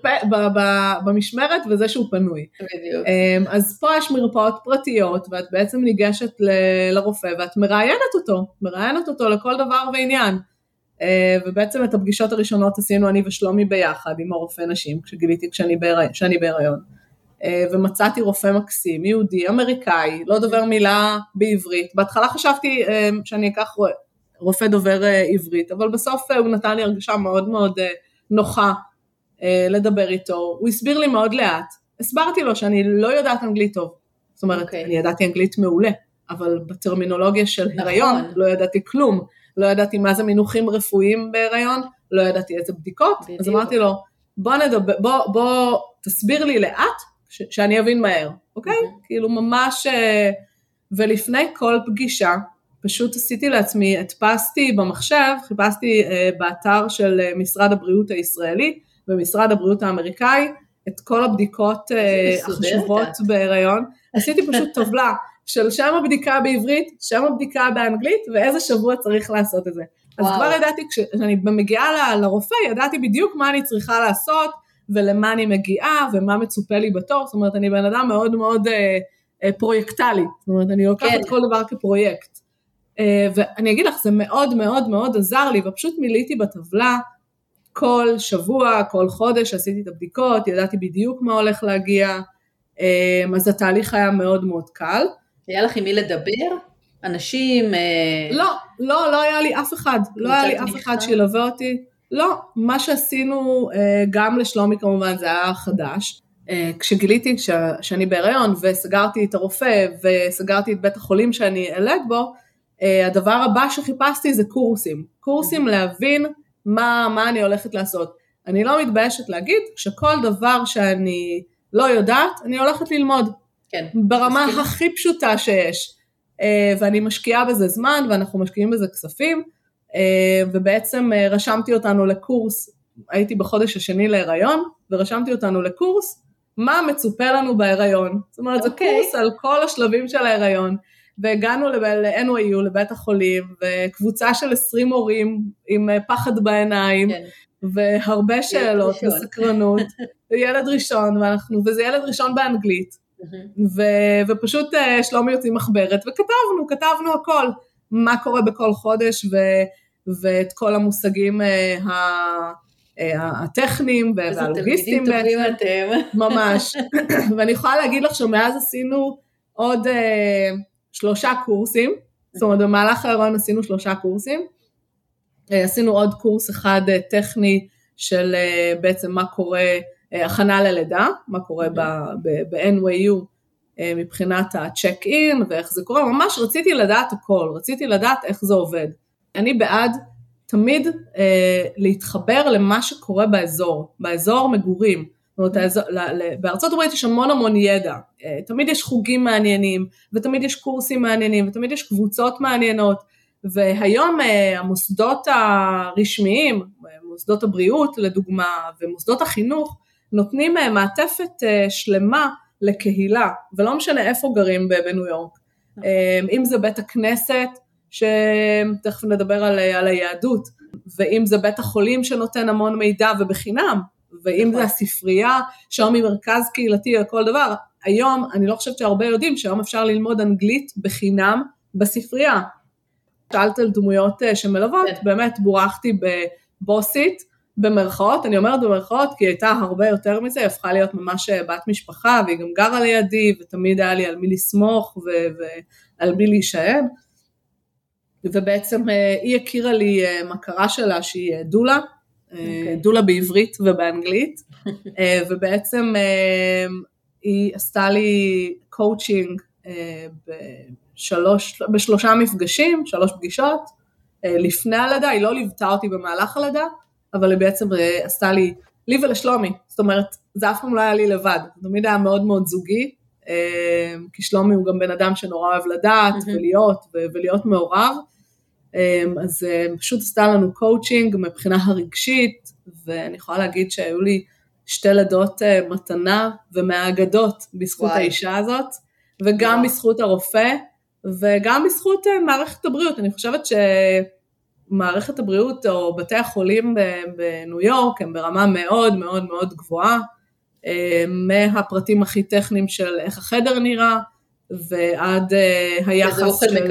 במשמרת וזה שהוא פנוי. בדיוק. אז פה יש מרפאות פרטיות, ואת בעצם ניגשת לרופא, ואת מראיינת אותו, מראיינת אותו לכל דבר ועניין. ובעצם את הפגישות הראשונות עשינו אני ושלומי ביחד עם הרופא נשים, כשגיליתי כשאני בהיריון. ומצאתי רופא מקסים, יהודי, אמריקאי, לא דובר מילה בעברית. בהתחלה חשבתי שאני אקח רופא דובר עברית, אבל בסוף הוא נתן לי הרגשה מאוד מאוד נוחה לדבר איתו. הוא הסביר לי מאוד לאט. הסברתי לו שאני לא יודעת אנגלית טוב. זאת אומרת, okay. אני ידעתי אנגלית מעולה, אבל בטרמינולוגיה של נכון. הריון לא ידעתי כלום. לא ידעתי מה זה מינוחים רפואיים בהיריון, לא ידעתי איזה בדיקות. בדיוק. אז אמרתי לו, בוא נדבר, בוא, בוא תסביר לי לאט, ש- שאני אבין מהר, אוקיי? Mm-hmm. כאילו ממש, ולפני כל פגישה, פשוט עשיתי לעצמי, הדפסתי במחשב, חיפשתי באתר של משרד הבריאות הישראלי, ומשרד הבריאות האמריקאי, את כל הבדיקות החשובות בהיריון, עשיתי פשוט טבלה, של שם הבדיקה בעברית, שם הבדיקה באנגלית, ואיזה שבוע צריך לעשות את זה. אז כבר ידעתי, כשאני מגיעה לרופא, ידעתי בדיוק מה אני צריכה לעשות, ולמה אני מגיעה, ומה מצופה לי בתור, זאת אומרת, אני בן אדם מאוד מאוד פרויקטלי, זאת אומרת, אני לוקחת כל דבר כפרויקט. ואני אגיד לך, זה מאוד מאוד מאוד עזר לי, ופשוט מיליתי בטבלה, כל שבוע, כל חודש, עשיתי את הבדיקות, ידעתי בדיוק מה הולך להגיע, אז התהליך היה מאוד מאוד קל. היה לך עם מי לדבר? אנשים? לא, לא, לא היה לי אף אחד, לא היה לי אף אחד שילווה אותי, לא, מה שעשינו גם לשלומי כמובן זה היה חדש, כשגיליתי שאני בהיריון וסגרתי את הרופא וסגרתי את בית החולים שאני אלד בו, הדבר הבא שחיפשתי זה קורסים, קורסים להבין מה, מה אני הולכת לעשות. אני לא מתביישת להגיד שכל דבר שאני לא יודעת, אני הולכת ללמוד. כן. ברמה מסכים. הכי פשוטה שיש. ואני משקיעה בזה זמן, ואנחנו משקיעים בזה כספים, ובעצם רשמתי אותנו לקורס, הייתי בחודש השני להיריון, ורשמתי אותנו לקורס, מה מצופה לנו בהיריון. זאת אומרת, okay. זה קורס על כל השלבים של ההיריון, והגענו ל-אן וואי יו, לבית החולים, וקבוצה של עשרים הורים עם פחד בעיניים, כן. והרבה שאלות וסקרנות, וילד ראשון, ואנחנו, וזה ילד ראשון באנגלית, ו- ופשוט שלומי יוצאים מחברת, וכתבנו, כתבנו הכל, מה קורה בכל חודש, ו- ואת כל המושגים ה- הטכניים והלוגיסטיים בעצם, ממש, ואני יכולה להגיד לך שמאז עשינו עוד שלושה קורסים, זאת אומרת במהלך ההיריון עשינו שלושה קורסים, עשינו עוד קורס אחד טכני של בעצם מה קורה, הכנה ללידה, מה קורה ב-אן וואי יו מבחינת הצ'ק אין ואיך זה קורה, ממש רציתי לדעת הכל, רציתי לדעת איך זה עובד. אני בעד תמיד להתחבר למה שקורה באזור, באזור מגורים, זאת אומרת, בארצות הברית יש המון המון ידע, תמיד יש חוגים מעניינים, ותמיד יש קורסים מעניינים, ותמיד יש קבוצות מעניינות, והיום המוסדות הרשמיים, מוסדות הבריאות לדוגמה, ומוסדות החינוך, נותנים מעטפת שלמה לקהילה, ולא משנה איפה גרים בניו יורק, אם זה בית הכנסת, שתכף נדבר על, על היהדות, ואם זה בית החולים שנותן המון מידע ובחינם, ואם זה הספרייה, שהיום ממרכז קהילתי או כל דבר, היום אני לא חושבת שהרבה יודעים שהיום אפשר ללמוד אנגלית בחינם בספרייה. שאלת על דמויות שמלוות, באמת בורחתי בבוסית, במרכאות, אני אומרת במרכאות, כי היא הייתה הרבה יותר מזה, היא הפכה להיות ממש בת משפחה, והיא גם גרה לידי, ותמיד היה לי על מי לסמוך, ועל מי להישאר, ובעצם היא הכירה לי מכרה שלה, שהיא דולה, okay. דולה בעברית ובאנגלית, ובעצם היא עשתה לי קואוצ'ינג בשלוש, בשלושה מפגשים, שלוש פגישות, לפני הלידה, היא לא ליוותה אותי במהלך הלידה, אבל היא בעצם עשתה לי, לי ולשלומי, זאת אומרת, זה אף פעם לא היה לי לבד, זה תמיד היה מאוד מאוד זוגי, כי שלומי הוא גם בן אדם שנורא אוהב לדעת, mm-hmm. ולהיות, ולהיות מעורב, אז פשוט עשתה לנו קואוצ'ינג מבחינה הרגשית, ואני יכולה להגיד שהיו לי שתי לידות מתנה ומהאגדות בזכות וואי. האישה הזאת, וגם וואי. בזכות הרופא, וגם בזכות מערכת הבריאות. אני חושבת שמערכת הבריאות או בתי החולים בניו יורק הם ברמה מאוד מאוד מאוד גבוהה, מהפרטים הכי טכניים של איך החדר נראה, ועד היחס של...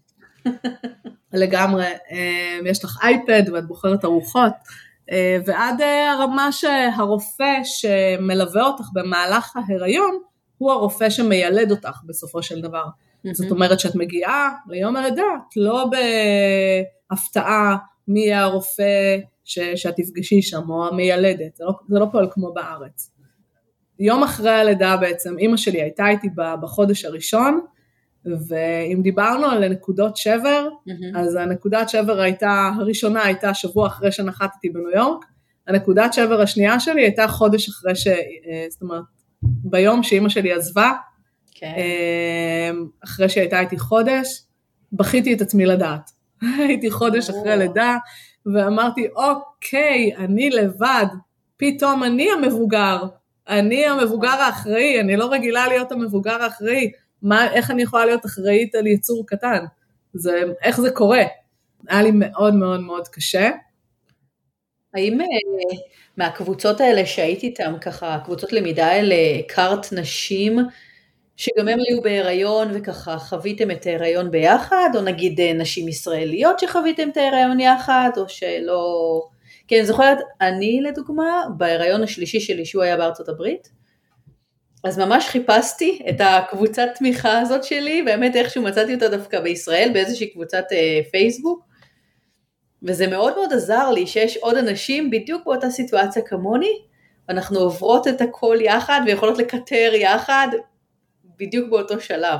לגמרי, יש לך אייפד ואת בוחרת ארוחות, ועד הרמה שהרופא שמלווה אותך במהלך ההיריון, הוא הרופא שמיילד אותך בסופו של דבר. Mm-hmm. זאת אומרת שאת מגיעה ליום הלידה, את לא בהפתעה מי יהיה הרופא ש- שאת תפגשי שם, או המיילדת, זה לא, זה לא פועל כמו בארץ. יום אחרי הלידה בעצם, אמא שלי הייתה איתי בחודש הראשון, ואם דיברנו על נקודות שבר, mm-hmm. אז הנקודת שבר הייתה, הראשונה הייתה שבוע אחרי שנחתתי בניו יורק, הנקודת שבר השנייה שלי הייתה חודש אחרי ש... זאת אומרת, ביום שאמא שלי עזבה, okay. אחרי שהייתה איתי חודש, בכיתי את עצמי לדעת. הייתי חודש אחרי לידה, ואמרתי, אוקיי, אני לבד, פתאום אני המבוגר, אני המבוגר האחראי, אני לא רגילה להיות המבוגר האחראי, מה, איך אני יכולה להיות אחראית על יצור קטן? זה, איך זה קורה? היה לי מאוד מאוד מאוד קשה. האם מהקבוצות האלה שהייתי איתם, ככה, קבוצות למידה האלה, הכרת נשים שגם הם היו בהיריון וככה חוויתם את ההיריון ביחד, או נגיד נשים ישראליות שחוויתם את ההיריון יחד, או שלא... כן, אני זוכרת, אני לדוגמה, בהיריון השלישי שלי שהוא היה בארצות הברית, אז ממש חיפשתי את הקבוצת תמיכה הזאת שלי, באמת איכשהו מצאתי אותה דווקא בישראל, באיזושהי קבוצת אה, פייסבוק, וזה מאוד מאוד עזר לי שיש עוד אנשים בדיוק באותה סיטואציה כמוני, ואנחנו עוברות את הכל יחד, ויכולות לקטר יחד, בדיוק באותו שלב.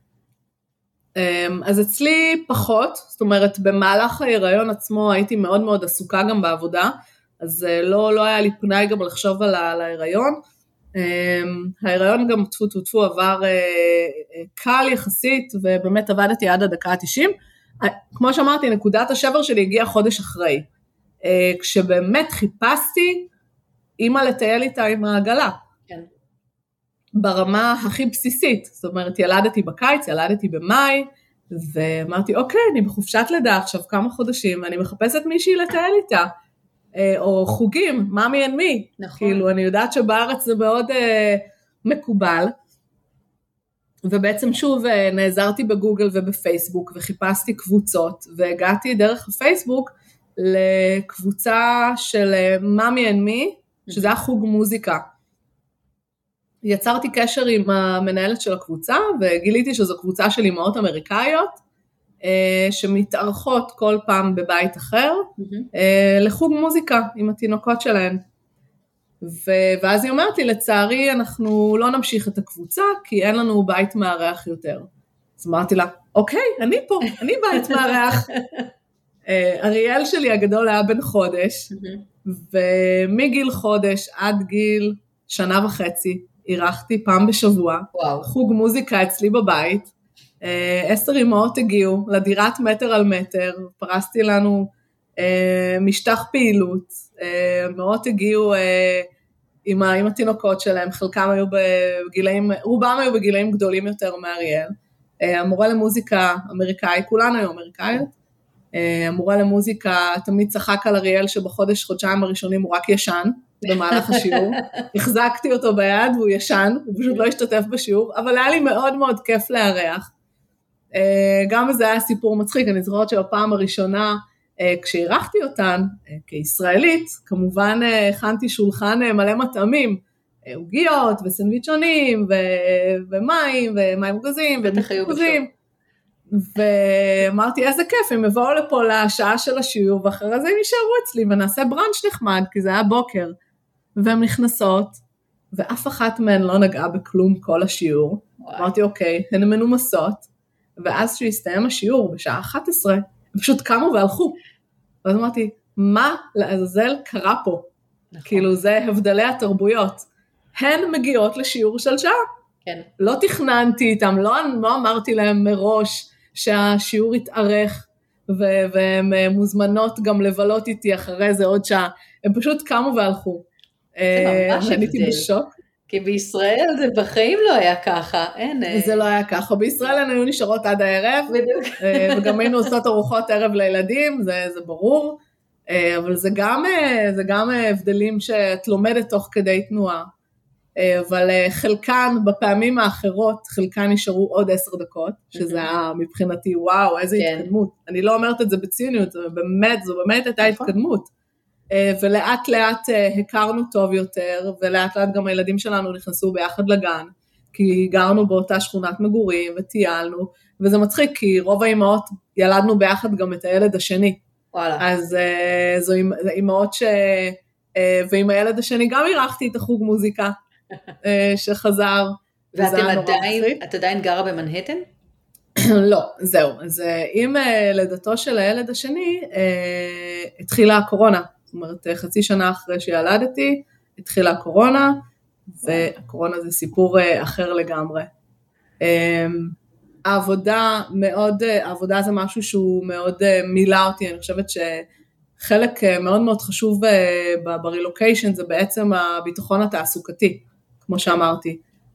אז אצלי פחות, זאת אומרת, במהלך ההיריון עצמו הייתי מאוד מאוד עסוקה גם בעבודה, אז לא, לא היה לי פנאי גם לחשוב על, על ההיריון. ההיריון גם טפו טפו טפו עבר קל יחסית, ובאמת עבדתי עד הדקה ה-תשעים. כמו שאמרתי, נקודת השבר שלי הגיעה חודש אחרי, כשבאמת חיפשתי אמא לטייל איתה עם העגלה. כן. ברמה הכי בסיסית, זאת אומרת, ילדתי בקיץ, ילדתי במאי, ואמרתי, אוקיי, אני בחופשת לידה עכשיו כמה חודשים, ואני מחפשת מישהי לטייל איתה, או חוגים, ממי אין מי, נכון. כאילו, אני יודעת שבארץ זה מאוד אה, מקובל, ובעצם שוב נעזרתי בגוגל ובפייסבוק, וחיפשתי קבוצות, והגעתי דרך הפייסבוק לקבוצה של ממי אין מי, שזה היה חוג מוזיקה, יצרתי קשר עם המנהלת של הקבוצה, וגיליתי שזו קבוצה של אמהות אמריקאיות, שמתארחות כל פעם בבית אחר, לחוג מוזיקה עם התינוקות שלהן. ואז היא אומרת לי, לצערי אנחנו לא נמשיך את הקבוצה, כי אין לנו בית מארח יותר. אז אמרתי לה, אוקיי, אני פה, אני בית מארח. אריאל שלי הגדול היה בן חודש, ומגיל חודש עד גיל שנה וחצי, אירחתי פעם בשבוע, וואו. חוג מוזיקה אצלי בבית, עשר אמהות הגיעו לדירת מטר על מטר, פרסתי לנו משטח פעילות, אמהות הגיעו עם, עם התינוקות שלהם, חלקם היו בגילאים, רובם היו בגילאים גדולים יותר מאריאל, המורה למוזיקה אמריקאי, כולנו היו אמריקאיות, המורה למוזיקה תמיד צחק על אריאל שבחודש חודשיים הראשונים הוא רק ישן, במהלך השיעור, החזקתי אותו ביד והוא ישן, הוא פשוט לא השתתף בשיעור, אבל היה לי מאוד מאוד כיף לארח, גם זה היה סיפור מצחיק, אני זוכרת שבפעם הראשונה, כשהירחתי אותן, כישראלית, כמובן הכנתי שולחן מלא מטעמים, עוגיות וסנדוויצ'ונים, ומים, ומים מוגזים, ומתפוזים, ואמרתי איזה כיף, הם יבואו לפה לשעה של השיעור, ואחרי זה הם יישארו אצלי, ונעשה ברנץ' נחמד, כי זה היה בוקר, והן נכנסות, ואף אחת מהן לא נגעה בכלום כל השיעור, אמרתי אוקיי, הן מנומסות, ואז שהסתיים השיעור בשעה אחת עשרה, הם פשוט קמו והלכו, ואז אמרתי, מה לעזאזל קרה פה? נכון. כאילו זה הבדלי התרבויות, הן מגיעות לשיעור של שעה, כן. לא תכננתי איתם, לא, לא אמרתי להם מראש, שהשיעור יתארך, והן מוזמנות גם לבלות איתי אחרי זה עוד שעה, הם פשוט קמו והלכו. זה ממש הבדל. הייתי בשוק. כי בישראל זה בחיים לא היה ככה, אין. זה לא היה ככה, בישראל הן היו נשארות עד הערב, וגם היינו עושות ארוחות ערב לילדים, זה, זה ברור, אבל זה גם, זה גם הבדלים שאת לומדת תוך כדי תנועה, אבל חלקן בפעמים האחרות, חלקן נשארו עוד עשר דקות, שזה היה מבחינתי וואו, איזה התקדמות, אני לא אומרת את זה בציניות, זה באמת, זו באמת הייתה התקדמות, ולאט לאט הכרנו טוב יותר, ולאט לאט גם הילדים שלנו נכנסו ביחד לגן, כי גרנו באותה שכונת מגורים, וטיילנו, וזה מצחיק, כי רוב האמהות ילדנו ביחד גם את הילד השני, וואלה. אז זו אמהות ש... ועם הילד השני גם אירחתי את החוג מוזיקה, שחזר. ואתם עדיין, את עדיין גרה במנהטן? לא, זהו. אז עם לידתו של הילד השני, התחילה הקורונה. זאת אומרת, חצי שנה אחרי שילדתי, התחילה הקורונה, והקורונה זה סיפור אחר לגמרי. העבודה מאוד, העבודה זה משהו שהוא מאוד מילא אותי, אני חושבת שחלק מאוד מאוד חשוב ברילוקיישן זה בעצם הביטחון התעסוקתי, כמו שאמרתי,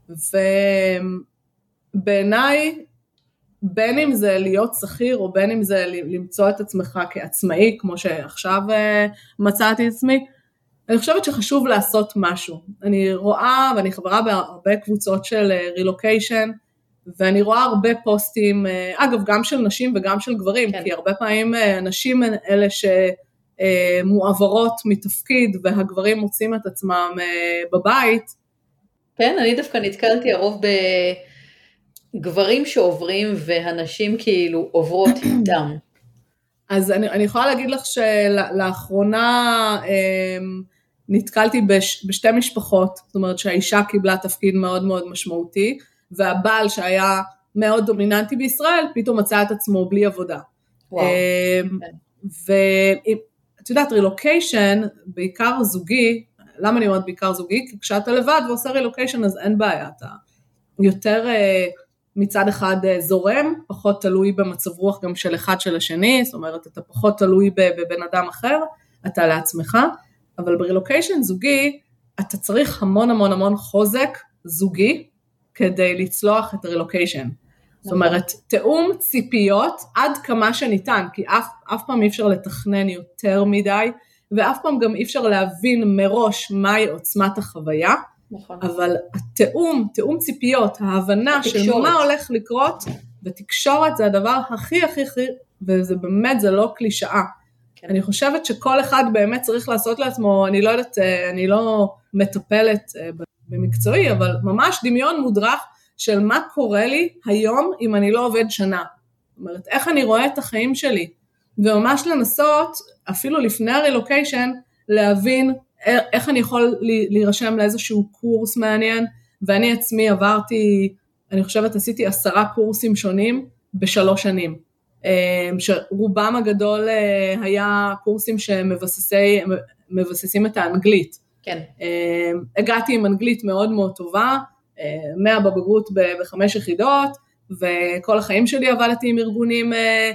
ובעיניי, בין אם זה להיות שכיר, או בין אם זה למצוא את עצמך כעצמאי, כמו שעכשיו מצאתי את עצמי, אני חושבת שחשוב לעשות משהו. אני רואה, ואני חברה בהרבה קבוצות של רילוקיישן, ואני רואה הרבה פוסטים, אגב, גם של נשים וגם של גברים, כן. כי הרבה פעמים נשים הן אלה שמועברות מתפקיד, והגברים מוצאים את עצמם בבית. כן, אני דווקא נתקלתי הרוב בגברים שעוברים, והנשים כאילו עוברות איתם. אז אני, אני יכולה להגיד לך שלאחרונה נתקלתי בש, בשתי משפחות, זאת אומרת שהאישה קיבלה תפקיד מאוד מאוד משמעותי, והבעל שהיה מאוד דומיננטי בישראל, פתאום מצא את עצמו בלי עבודה. וואו. ואת יודעת, רילוקיישן, בעיקר זוגי, למה אני אומרת בעיקר זוגי? כי כשאתה לבד ועושה רילוקיישן, אז אין בעיה, אתה יותר מצד אחד זורם, פחות תלוי במצב רוח גם של אחד של השני, זאת אומרת, אתה פחות תלוי בבן אדם אחר, אתה לעצמך, אבל ברילוקיישן זוגי, אתה צריך המון המון המון חוזק זוגי, כדי לצלוח את הרילוקיישן. זאת אומרת, תאום ציפיות עד כמה שניתן, כי אף, אף פעם אי אפשר לתכנן יותר מדי, ואף פעם גם אי אפשר להבין מראש מהי עוצמת החוויה, נכון. אבל התאום, תאום ציפיות, ההבנה של מה הולך לקרות, ותקשורת זה הדבר הכי הכי הכי, וזה באמת, זה לא קלישאה. כן. אני חושבת שכל אחד באמת צריך לעשות לעצמו, אני לא יודעת, אני לא מטפלת במקצועי, אבל ממש דמיון מודרך של מה קורה לי היום אם אני לא עובד שנה. זאת אומרת, איך אני רואה את החיים שלי, וממש לנסות, אפילו לפני הרילוקיישן, להבין איך אני יכול להירשם לאיזשהו קורס מעניין, ואני עצמי עברתי, אני חושבת עשיתי עשרה קורסים שונים בשלוש שנים, שרובם הגדול היה קורסים שמבססים את האנגלית. כן. הגעתי עם אנגלית מאוד מאוד טובה, מאה בבגרות בחמש יחידות, וכל החיים שלי עבדתי עם ארגונים,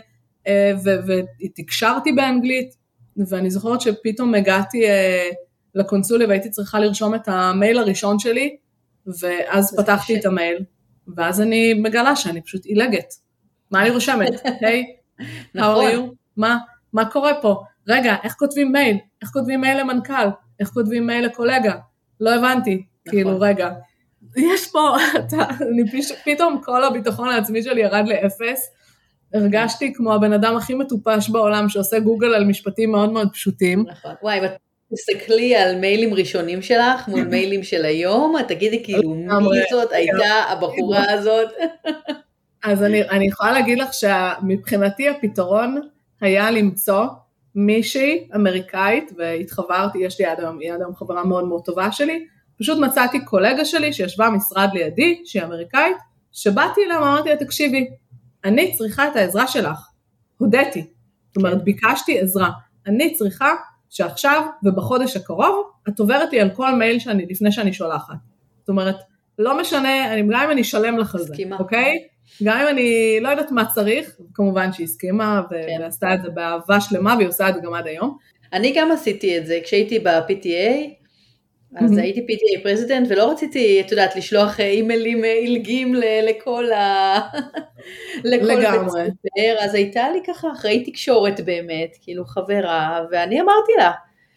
ותקשרתי באנגלית, ואני זוכרת שפתאום הגעתי לקונסוליה, והייתי צריכה לרשום את המייל הראשון שלי, ואז פתחתי את המייל, ואז אני מגלה שאני פשוט אילגת. מה אני רושמת? היי, how are you? מה? מה קורה פה? רגע, איך כותבים מייל? איך כותבים מייל למנכ"ל? איך כותבים מייל לקולגה? לא הבנתי, כאילו רגע. יש פה, אני פתאום כל הביטחון העצמי שלי ירד לאפס, הרגשתי כמו הבן אדם הכי מטופש בעולם, שעושה גוגל על משפטים מאוד מאוד פשוטים. נכון, וואי, תסתכלי על מיילים ראשונים שלך, מול מיילים של היום, תגידי כאילו, מי זאת הייתה הבחורה הזאת? אז אני, אני יכולה להגיד לך שמבחינתי הפתרון היה למצוא מישהי אמריקאית, והתחברתי, יש לי עד היום, היא עד היום חברה מאוד מאוד טובה שלי, פשוט מצאתי קולגה שלי שישבה משרד לידי, שהיא אמריקאית, שבאתי אליה ואמרתי לה, תקשיבי, אני צריכה את העזרה שלך, הודיתי, זאת אומרת, ביקשתי עזרה, אני צריכה שעכשיו ובחודש הקרוב, את עוברת לי על כל מייל שאני, לפני שאני שולחת, זאת אומרת, לא משנה, אני, גם אם אני אשלם לך על זה, אוקיי? גם אם אני לא יודעת מה צריך, כמובן שהיא הסכימה, כן. ועשתה את זה באהבה שלמה, והיא עושה את זה גם עד היום. אני גם עשיתי את זה, כשהייתי ב-פי טי איי, אז mm-hmm. הייתי פי טי איי פרזידנט, ולא רציתי, את יודעת, לשלוח אימיילים אילגים לכל ה... לכל לגמרי. בית, אז הייתה לי ככה אחרי תקשורת באמת, כאילו חברה, ואני אמרתי לה,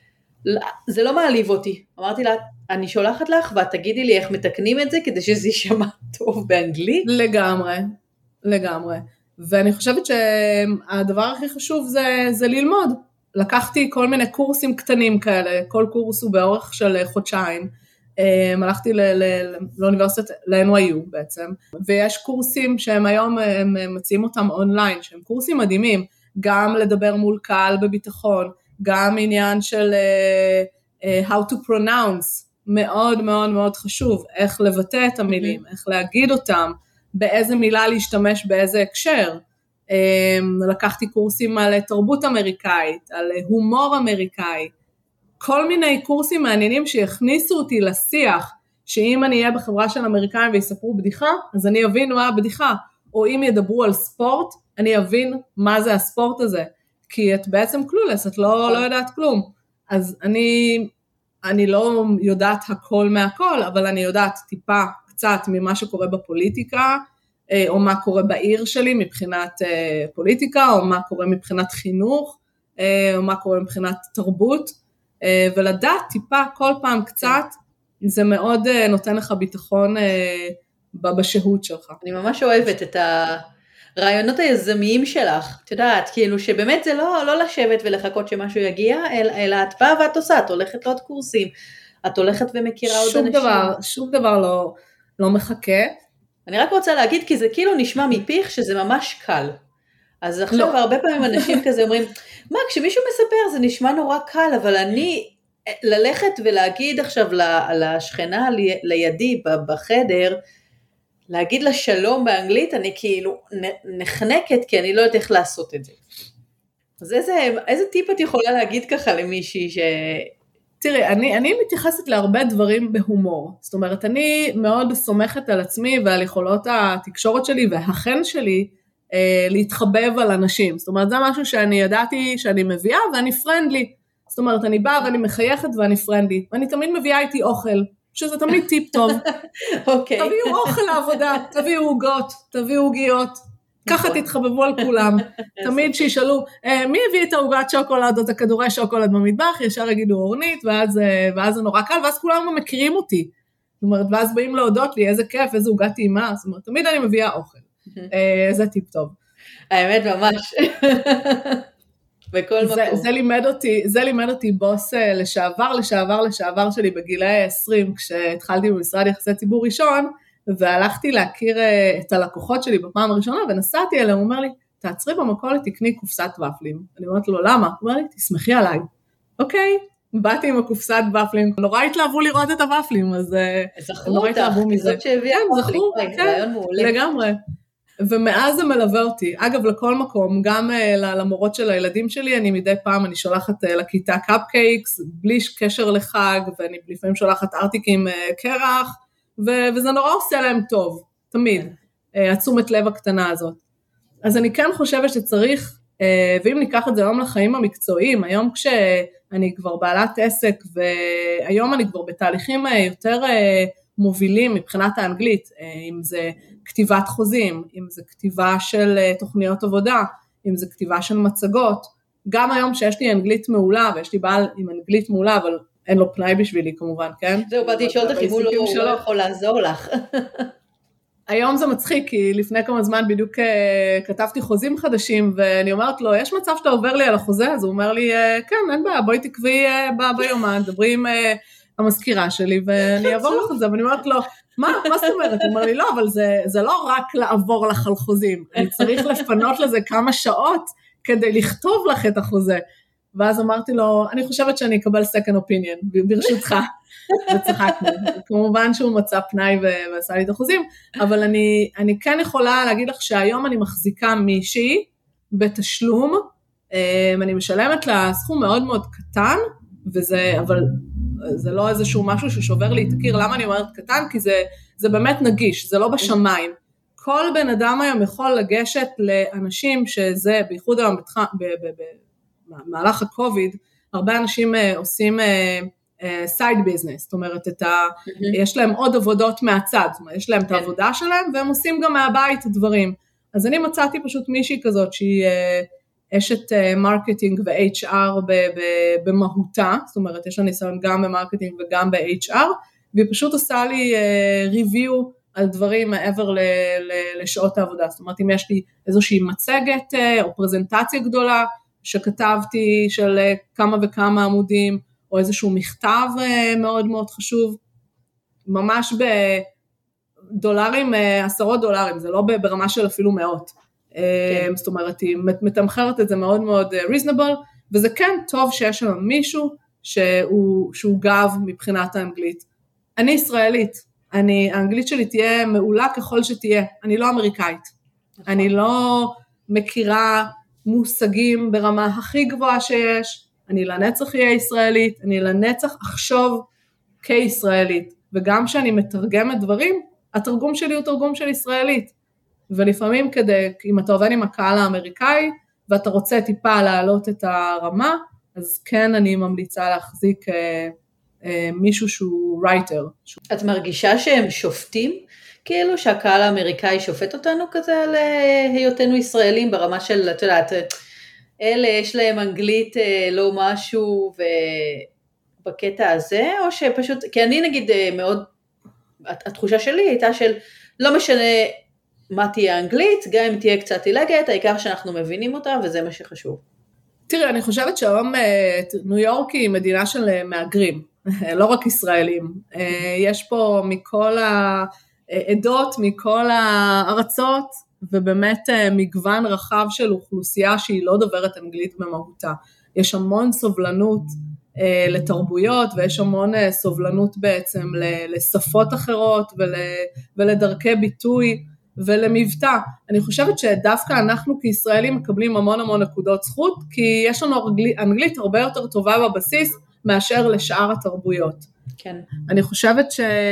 זה לא מעליב אותי, אמרתי לה, אני שולחת לך, ואת תגידי לי איך מתקנים את זה, כדי שזה יישמע טוב באנגלית. לגמרי, לגמרי. ואני חושבת שהדבר הכי חשוב זה, זה ללמוד. לקחתי כל מיני קורסים קטנים כאלה, כל קורס הוא באורך של חודשיים, הלכתי ל- ל- לאוניברסיטת, ל-אן וואי יו בעצם, ויש קורסים שהם היום הם מציעים אותם אונליין, שהם קורסים מדהימים, גם לדבר מול קהל בביטחון, גם עניין של uh, uh, how to pronounce, מאוד מאוד מאוד חשוב, איך לבטא את המילים, איך להגיד אותם, באיזה מילה להשתמש באיזה הקשר, לקחתי קורסים על תרבות אמריקאית, על הומור אמריקאי, כל מיני קורסים מעניינים שיכניסו אותי לשיח, שאם אני אהיה בחברה של אמריקאים ויספרו בדיחה, אז אני אבין מה הבדיחה, או אם ידברו על ספורט, אני אבין מה זה הספורט הזה, כי את בעצם קלולס, את לא, לא יודעת כלום. אז אני, אני לא יודעת הכל מהכל, אבל אני יודעת טיפה קצת ממה שקורה בפוליטיקה, או מה קורה בעיר שלי מבחינת פוליטיקה, או מה קורה מבחינת חינוך, או מה קורה מבחינת תרבות, ולדעת טיפה כל פעם קצת, זה מאוד נותן לך ביטחון בשהות שלך. אני ממש אוהבת את הרעיונות היזמיים שלך, את יודעת, כאילו שבאמת זה לא, לא לשבת ולחכות שמשהו יגיע, אלא את באה ואת עושה, את הולכת לעוד קורסים, את הולכת ומכירה עוד אנשים. דבר, שום דבר לא, לא מחכה. אני רק רוצה להגיד, כי זה כאילו נשמע מפיך שזה ממש קל. אז עכשיו לא. הרבה פעמים אנשים כזה אומרים, מה, כשמישהו מספר זה נשמע נורא קל, אבל אני ללכת ולהגיד עכשיו לשכנה לידי בחדר, להגיד לה שלום באנגלית, אני כאילו נחנקת, כי אני לא יודעת איך לעשות את זה. אז איזה, איזה טיפ את יכולה להגיד ככה למישהי ש... תראי, אני, אני מתייחסת להרבה דברים בהומור. זאת אומרת, אני מאוד סומכת על עצמי ועל יכולות התקשורת שלי והחן שלי אה, להתחבב על אנשים. זאת אומרת, זה משהו שאני ידעתי שאני מביאה ואני פרנדלי. זאת אומרת, אני באה ואני מחייכת ואני פרנדלי. ואני תמיד מביאה איתי אוכל, שזה תמיד טיפ טוב. אוקיי. תביאו אוכל לעבודה, תביאו עוגות, תביאו עוגיות. ככה תתחבבו על כולם, תמיד שישאלו, מי הביא את העוגת שוקולד או את הכדורי שוקולד במטבח, ישר יגידו אורנית, ואז, ואז זה נורא קל, ואז כולם מכירים אותי, זאת אומרת, ואז באים להודות לי, איזה כיף, איזה עוגת טעימה, זאת אומרת, תמיד אני מביאה אוכל, זה טיפ טוב. האמת ממש, בכל מקום. זה לימד אותי, זה לימד אותי בוס לשעבר, לשעבר, לשעבר שלי בגילי עשרים, כשהתחלתי במשרד יחסי ציבור ראשון, והלכתי להכיר את הלקוחות שלי בפעם הראשונה, ונסעתי אליהם, הוא אומר לי, תעצרי במכולת, תקני קופסת ופלים. אני אומרת לו, למה? הוא אומר לי, תשמחי עליי. אוקיי, באתי עם הקופסת ופלים, נורא התלהבו לראות את הוופלים, אז נורא התלהבו מזה. זאת שהביאה ופלים, רעיון מעולה. לגמרי. ומאז זה מלווה אותי. אגב, לכל מקום, גם למורות של הילדים שלי, אני מדי פעם, אני שולחת לכיתה קאפקייקס, בלי קשר לחג, ואני לפעמים שולחת ארטיקים קרח, וזה נורא עושה להם טוב, תמיד, התשומת לב הקטנה הזאת. אז אני כן חושבת שצריך, ואם ניקח את זה היום לחיים המקצועיים, היום כשאני כבר בעלת עסק, והיום אני כבר בתהליכים יותר מובילים מבחינת האנגלית, אם זה כתיבת חוזים, אם זה כתיבה של תוכניות עבודה, אם זה כתיבה של מצגות, גם היום שיש לי אנגלית מעולה, ויש לי בעל עם אנגלית מעולה, אבל אין לו פנאי בשבילי כמובן, כן? זהו, באתי לשאול אותך אם הוא לא יכול לעזור לך. היום זה מצחיק, כי לפני כמה זמן בדיוק כתבתי חוזים חדשים, ואני אומרת לו, יש מצב שאתה עובר לי על החוזה? אז הוא אומר לי, כן, אין בעיה, בואי תקווי ביומן, דברי עם המזכירה שלי, ואני אעבור לך את זה, ואני אומרת לו, מה, מה זאת אומרת? הוא אומר לי, לא, אבל זה לא רק לעבור לך על חוזים, אני צריך לפנות לזה כמה שעות, כדי לכתוב לך את החוזה. ואז אמרתי לו, אני חושבת שאני אקבל second opinion, ברשותך, וצחקנו. כמובן שהוא מצא פנאי ועשה לי את החוזים, אבל אני, אני כן יכולה להגיד לך שהיום אני מחזיקה מישהי בתשלום, אני משלמת לה סכום מאוד מאוד קטן, וזה, אבל זה לא איזשהו משהו ששובר לי את הקיר. למה אני אומרת קטן? כי זה, זה באמת נגיש, זה לא בשמיים. כל בן אדם היום יכול לגשת לאנשים שזה, בייחוד היום במהלך הקוביד, הרבה אנשים עושים סייד ביזנס, זאת אומרת, את ה, יש להם עוד עבודות מהצד, זאת אומרת, יש להם את העבודה שלהם, והם עושים גם מהבית דברים. אז אני מצאתי פשוט מישהי כזאת, שהיא אשת מרקטינג ו-אייץ' אר במהותה, זאת אומרת, יש לה ניסיון גם במרקטינג וגם ב-אייץ' אר, והיא פשוט עושה לי ריוויו על דברים מעבר לשעות העבודה, זאת אומרת, אם יש לי איזושהי מצגת או פרזנטציה גדולה, שכתבתי של כמה וכמה עמודים, או איזשהו מכתב מאוד מאוד חשוב, ממש בדולרים, עשרות דולרים, זה לא ברמה של אפילו מאות, כן. זאת אומרת, היא מתמחרת את זה מאוד מאוד reasonable, וזה כן טוב שיש שם מישהו שהוא, שהוא גב מבחינת האנגלית. אני ישראלית, אני, האנגלית שלי תהיה מעולה ככל שתהיה, אני לא אמריקאית, נכון. אני לא מכירה מושגים ברמה הכי גבוהה שיש, אני לנצח אהיה ישראלית, אני לנצח אחשוב כישראלית, וגם כשאני מתרגמת דברים, התרגום שלי הוא תרגום של ישראלית, ולפעמים כדי, אם אתה עובד עם הקהל האמריקאי, ואתה רוצה טיפה להעלות את הרמה, אז כן אני ממליצה להחזיק אה, אה, מישהו שהוא רייטר. את מרגישה שהם שופטים? כאילו שהקהל האמריקאי שופט אותנו כזה על היותנו ישראלים ברמה של, את יודעת, אלה יש להם אנגלית לא משהו ובקטע הזה, או שפשוט, כי אני נגיד מאוד, התחושה שלי הייתה של לא משנה מה תהיה האנגלית, גם אם תהיה קצת עילגת, העיקר שאנחנו מבינים אותה וזה מה שחשוב. תראי, אני חושבת שהיום ניו יורק היא מדינה של מהגרים, לא רק ישראלים, יש פה מכל העדות, מכל הארצות, ובאמת מגוון רחב של אוכלוסייה שהיא לא דוברת אנגלית במהותה. יש המון סובלנות לתרבויות, ויש המון סובלנות בעצם לשפות אחרות, ולדרכי ביטוי, ולמבטא. אני חושבת שדווקא אנחנו כישראלים מקבלים המון המון נקודות זכות, כי יש לנו אנגלית הרבה יותר טובה בבסיס, מאשר לשאר התרבויות. כן. אני חושבת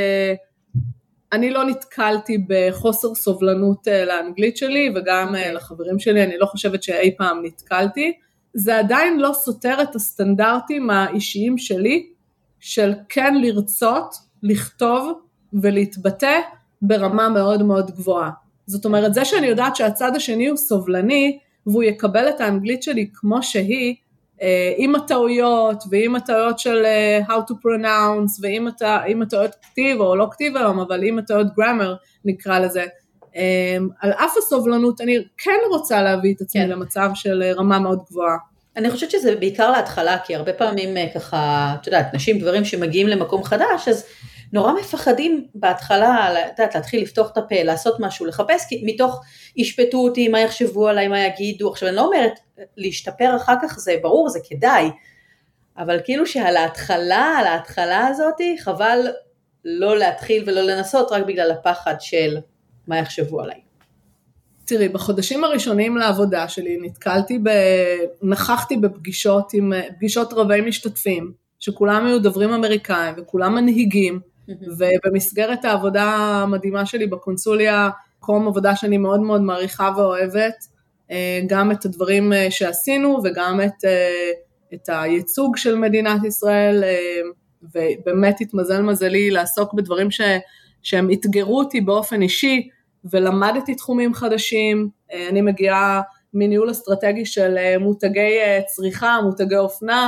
שאני לא נתקלתי בחוסר סובלנות לאנגלית שלי, וגם okay. לחברים שלי, אני לא חושבת שאי פעם נתקלתי. זה עדיין לא סותר את הסטנדרטים האישיים שלי, של כן לרצות, לכתוב ולהתבטא ברמה מאוד מאוד גבוהה. זאת אומרת, זה שאני יודעת שהצד השני הוא סובלני, והוא יקבל את האנגלית שלי כמו שהיא, עם הטעויות, ועם הטעויות של how to pronounce, ועם הטעויות כתיב, או לא כתיב היום, אבל עם הטעויות grammar, נקרא לזה. על אף הסובלנות, אני כן רוצה להביא את עצמי כן. למצב של רמה מאוד גבוהה. אני חושבת שזה בעיקר להתחלה, כי הרבה פעמים ככה, את יודעת, נשים, דברים שמגיעים למקום חדש, אז נורא מפחדים בהתחלה, לדעת, להתחיל לפתוח את הפה, לעשות משהו, לחפש, כי מתוך ישפטו אותי, מה יחשבו עליי, מה יגידו, עכשיו אני לא אומרת, להשתפר אחר כך זה ברור, זה כדאי, אבל כאילו שעל ההתחלה, על ההתחלה הזאת, חבל לא להתחיל ולא לנסות, רק בגלל הפחד של מה יחשבו עליי. תראי, בחודשים הראשונים לעבודה שלי, נתקלתי, ב... נכחתי בפגישות עם פגישות רבי משתתפים, שכולם היו דוברים אמריקאים, וכולם מנהיגים, ובמסגרת העבודה המדהימה שלי בקונסוליה, מקום עבודה שאני מאוד מאוד מעריכה ואוהבת, גם את הדברים שעשינו, וגם את, את הייצוג של מדינת ישראל, ובאמת התמזל מזלי לעסוק בדברים ש, שהם התגרו אותי באופן אישי, ולמדתי תחומים חדשים. אני מגיעה מניהול אסטרטגי של מותגי צריכה, מותגי אופנה,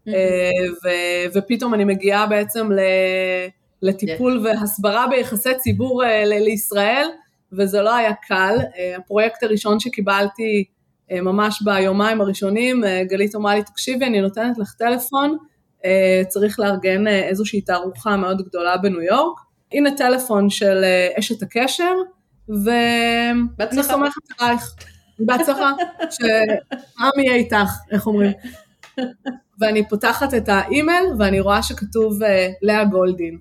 ו- ופתאום אני מגיעה בעצם לטיפול והסברה ביחסי ציבור ל- לישראל, וזה לא היה קל. הפרויקט הראשון שקיבלתי ממש ביומיים הראשונים, גלית אמרה לי, תקשיבי, אני נותנת לך טלפון, צריך לארגן איזושהי תערוכה מאוד גדולה בניו יורק, הנה טלפון של אשת הקשר, ואני סומכת עלייך, בהצלחה, שעם יהיה איתך, איך אומרים? ואני פותחת את האימייל, ואני רואה שכתוב לאה גולדין.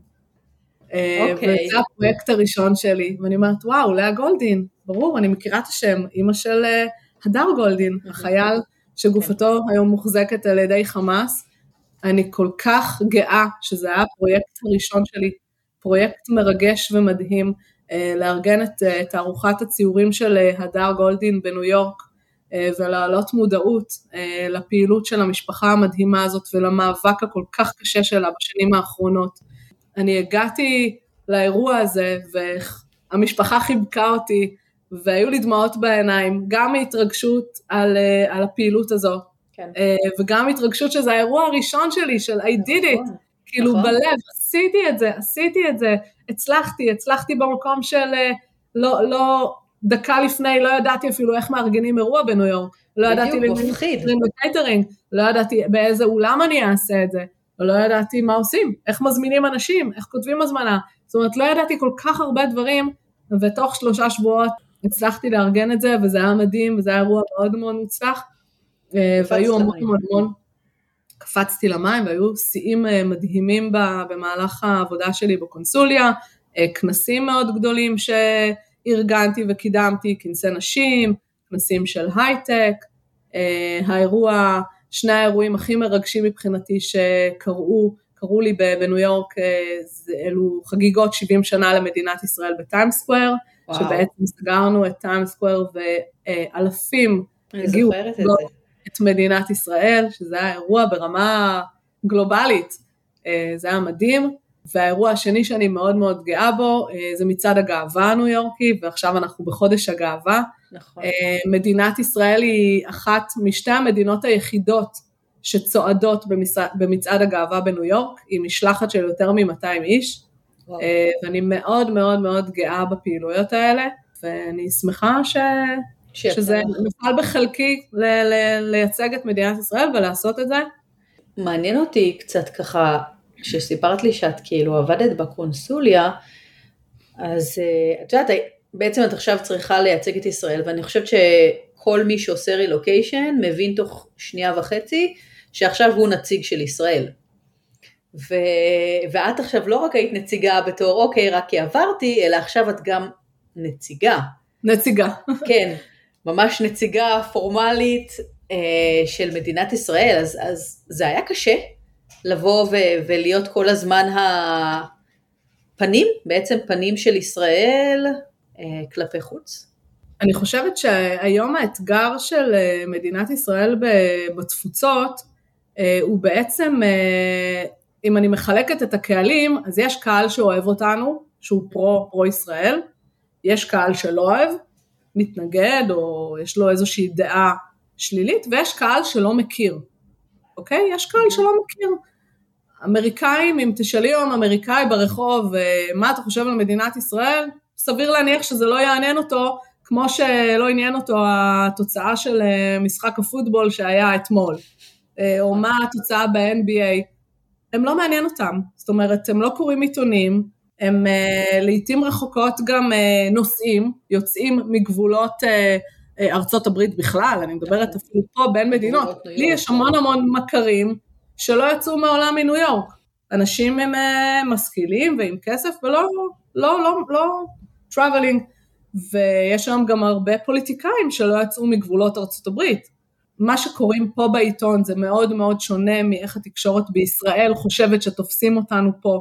וזה הפרויקט הראשון שלי, ואני אומרת, וואו, לאה גולדין, ברור, אני מכירה את השם, אמא של הדר גולדין, החייל שגופתו היום מוחזקת על ידי חמאס. אני כל כך גאה שזה היה הפרויקט הראשון שלי, פרויקט מרגש ומדהים, לארגן את תערוכת הציורים של הדר גולדין בניו יורק, ולהעלות מודעות לפעילות של המשפחה המדהימה הזאת, ולמאבק הכל כך קשה שלה בשנים האחרונות. אני הגעתי לאירוע הזה, והמשפחה חיבקה אותי, והיו לי דמעות בעיניים, גם התרגשות על, על הפעילות הזו, כן. וגם התרגשות שזה האירוע הראשון שלי, של I did it, נכון. כאילו נכון. בלב, עשיתי את זה, עשיתי את זה, הצלחתי, הצלחתי במקום של לא, לא, דקה לפני, לא ידעתי אפילו איך מארגנים אירוע בניו יורק, לא ידעתי בקייטרינג, לא ידעתי באיזה אולם אני אעשה את זה, לא ידעתי מה עושים, איך מזמינים אנשים, איך כותבים הזמנה, זאת אומרת, לא ידעתי כל כך הרבה דברים, ותוך שלושה שבועות הצלחתי לארגן את זה, וזה היה מדהים, וזה היה אירוע מאוד מאוד מוצלח, והיו המון המון המון, קפצתי למים, והיו שיאים מדהימים במהלך העבודה שלי בקונסוליה, כנסים מאוד גדולים שארגנתי וקידמתי, כנסי נשים, כנסים של הייטק, האירוע, שני האירועים הכי מרגשים מבחינתי שקראו, קראו לי בניו יורק, אלו חגיגות שבעים שנה למדינת ישראל בטיים סקוואר, וואו. שבעצם סגרנו את טיים סקוואר ואלפים הגיעו את מדינת ישראל, שזה היה אירוע ברמה גלובלית, זה היה מדהים, והאירוע השני שאני מאוד מאוד גאה בו, זה מצעד הגאווה הניו יורקי, ועכשיו אנחנו בחודש הגאווה. נכון. מדינת ישראל היא אחת משתי המדינות היחידות שצועדות במצעד הגאווה בניו יורק, היא משלחת של יותר מ-מאתיים איש, וואו. ואני מאוד מאוד מאוד גאה בפעילויות האלה, ואני שמחה ש... שזה נפל בחלקי ל- ל- לייצג את מדינת ישראל ולעשות את זה. מעניין אותי קצת ככה, כשסיפרת לי שאת כאילו עבדת בקונסוליה, אז את יודעת, בעצם את עכשיו צריכה לייצג את ישראל, ואני חושבת שכל מי שעושה רילוקיישן מבין תוך שנייה וחצי, שעכשיו הוא נציג של ישראל. ו... ואת עכשיו לא רק היית נציגה בתור, אוקיי, רק כי עברתי, אלא עכשיו את גם נציגה. נציגה. כן, ממש נציגה פורמלית אה, של מדינת ישראל, אז, אז זה היה קשה לבוא ו- ולהיות כל הזמן הפנים, בעצם פנים של ישראל אה, כלפי חוץ. אני חושבת שהיום האתגר של מדינת ישראל בתפוצות, אה, הוא בעצם, אה, אם אני מחלקת את הקהלים, אז יש קהל שאוהב אותנו, שהוא פרו, פרו ישראל, יש קהל שלא אוהב, מתנגד, או יש לו איזושהי דעה שלילית, ויש קהל שלא מכיר, אוקיי? יש קהל שלא מכיר. אמריקאים, אם תשאלי היום אמריקאי ברחוב, מה אתה חושב על מדינת ישראל? סביר להניח שזה לא יעניין אותו, כמו שלא עניין אותו התוצאה של משחק הפוטבול שהיה אתמול, או מה התוצאה ב-אן בי איי. הם לא מעניין אותם, זאת אומרת, הם לא קוראים עיתונים, הם uh, לעתים רחוקות גם uh, נוסעים, יוצאים מגבולות uh, uh, ארצות הברית בכלל, אני מדברת אפילו פה בין מדינות, לי יש המון המון מכרים שלא יצאו מעולם מניו יורק, אנשים הם uh, משכילים ועם כסף ולא, לא, לא, לא, טראבלינג, ויש שם גם הרבה פוליטיקאים שלא יצאו מגבולות ארצות הברית, מה שקוראים פה בעיתון זה מאוד מאוד שונה מאיך התקשורת בישראל חושבת שתופסים אותנו פה,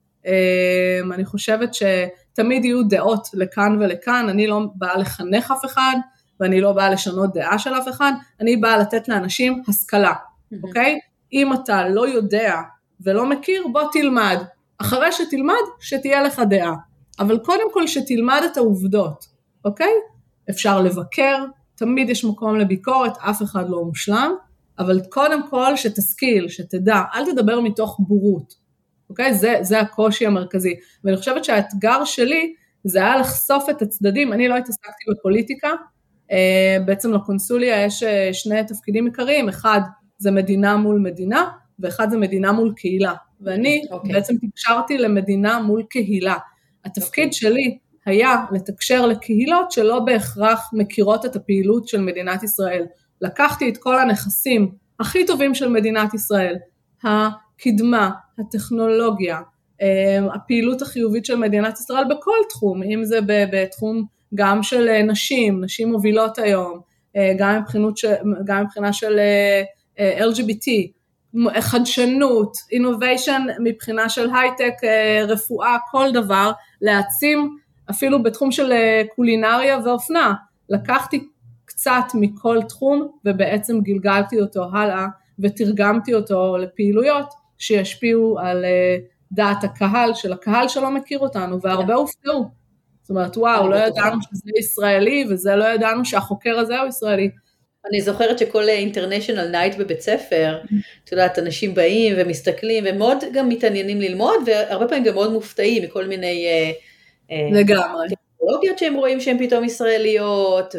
אני חושבת שתמיד יהיו דעות לכאן ולכאן, אני לא באה לחנך אף אחד, ואני לא באה לשנות דעה של אף אחד, אני באה לתת לאנשים השכלה, אוקיי? אם אתה לא יודע ולא מכיר, בוא תלמד, אחרי שתלמד, שתהיה לך דעה, אבל קודם כל שתלמד את העובדות, אוקיי? אפשר לבקר, תמיד יש מקום לביקורת, אף אחד לא מושלם, אבל קודם כל שתשכיל, שתדע, אל תדבר מתוך בורות, אוקיי? זה, זה הקושי המרכזי, ואני חושבת שהאתגר שלי, זה היה לחשוף את הצדדים, אני לא התעסקתי בפוליטיקה, בעצם לקונסוליה יש שני תפקידים עיקריים, אחד זה מדינה מול מדינה, ואחד זה מדינה מול קהילה, ואני okay. בעצם תקשרתי למדינה מול קהילה, התפקיד okay. שלי היה לתקשר לקהילות שלא בהכרח מכירות את הפעילות של מדינת ישראל, לקחתי את כל הנכסים הכי טובים של מדינת ישראל, הקדמה, הטכנולוגיה, הפעילות החיובית של מדינת ישראל בכל תחום, אם זה בתחום גם של נשים, נשים מובילות היום, גם מבחינות, גם מבחינה של אל ג'י בי טי, חדשנות, innovation מבחינה של הייטק, רפואה, כל דבר, להעצים אפילו בתחום של קולינריה ואופנה, לקחתי קצת מכל תחום ובעצם גלגלתי אותו הלאה ותרגמתי אותו לפעילויות שישפיעו על דעת הקהל של הקהל שלא מכיר אותנו, והרבה הופתעו. זאת אומרת, וואו, לא ידענו שזה ישראלי, וזה לא ידענו שהחוקר הזה הוא ישראלי. אני זוכרת שכל International Night בבית ספר, את יודעת, אנשים באים ומסתכלים, ומאוד גם מתעניינים ללמוד, והרבה פעמים גם מאוד מופתעים מכל מיני לגמרי. טכנולוגיות שהם רואים שהן פתאום ישראליות,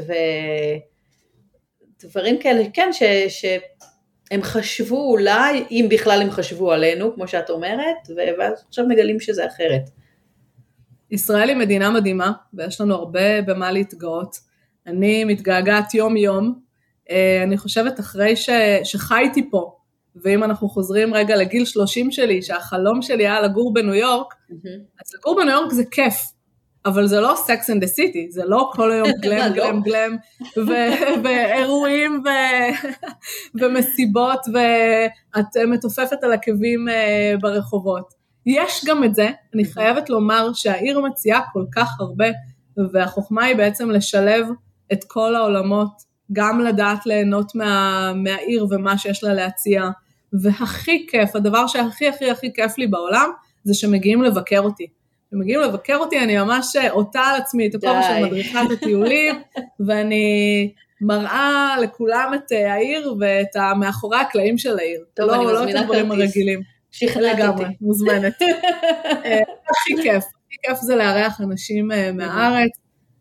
ודברים כאלה, כן, שהם חשבו אולי, אם בכלל הם חשבו עלינו, כמו שאת אומרת, ועכשיו מגלים שזה אחרת. ישראל היא מדינה מדהימה, ויש לנו הרבה במה להתגאות. אני מתגעגעת יום יום, אני חושבת אחרי ש, שחייתי פה, ואם אנחנו חוזרים רגע לגיל שלושים שלי, שהחלום שלי היה לגור בניו יורק, mm-hmm. אז לגור בניו יורק זה כיף, אבל זה לא Sex and the City, זה לא כל היום גלם, גלם, גלם, ואירועים, ומסיבות, ואת מתופפת על עקבים ברחובות. יש גם את זה, אני חייבת לומר שהעיר מציעה כל כך הרבה, והחוכמה היא בעצם לשלב את כל העולמות, גם לדעת ליהנות מה, מהעיר ומה שיש לה להציע, והכי כיף, הדבר שהכי הכי הכי כיף לי בעולם, זה שמגיעים לבקר אותי. כשמגיעים לבקר אותי, אני ממש עוטה על עצמי את הכובע של מדריכת הטיולים, ואני מראה לכולם את העיר, ואת מאחורי הקלעים של העיר. טוב, לא, אני לא מזמינה כרטיס. שכנעת אותי. מוזמנת. הכי כיף, הכי כיף זה לארח אנשים מהארץ,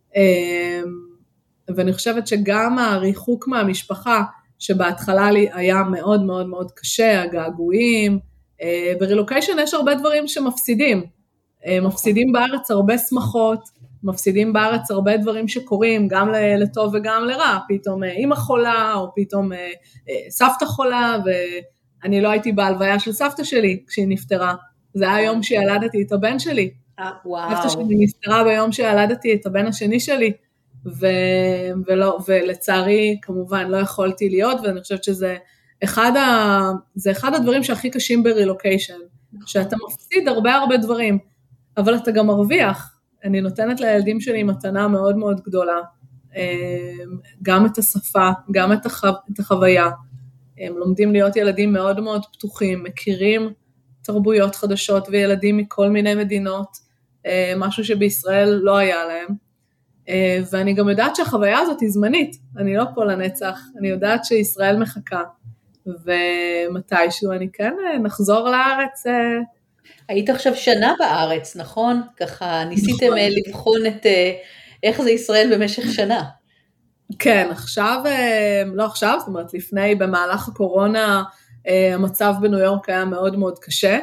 ואני חושבת שגם הריחוק מהמשפחה, שבהתחלה לי היה מאוד מאוד מאוד קשה, הגעגועים, ברילוקיישן יש הרבה דברים שמפסידים, מפסידים בארץ הרבה שמחות, מפסידים בארץ הרבה דברים שקורים, גם לטוב וגם לרע, פתאום אמא חולה, או פתאום סבתא חולה, ואני לא הייתי בהלוויה של סבתא שלי כשהיא נפטרה, זה היה יום שילדתי את הבן שלי, סבתא שלי נפטרה ביום שילדתי את הבן השני שלי, ו... ולא, ולצערי כמובן לא יכולתי להיות, ואני חושבת שזה אחד, ה... זה אחד הדברים שהכי קשים ברילוקיישן, שאתה מפסיד הרבה הרבה דברים, אבל אתה גם מרוויח. אני נותנת לילדים שלי מתנה מאוד מאוד גדולה, גם את השפה, גם את, החו... את החוויה, הם לומדים להיות ילדים מאוד מאוד פתוחים, מכירים תרבויות חדשות וילדים מכל מיני מדינות, משהו שבישראל לא היה להם, ואני גם יודעת שהחוויה הזאת היא זמנית, אני לא פה לנצח, אני יודעת שישראל מחכה, ומתישהו אני כן נחזור לארץ. היית עכשיו שנה בארץ, נכון? ככה ניסיתם נכון. לבחון את איך זה ישראל במשך שנה. כן, עכשיו, לא עכשיו, זאת אומרת לפני, במהלך הקורונה, המצב בניו יורק היה מאוד מאוד קשה,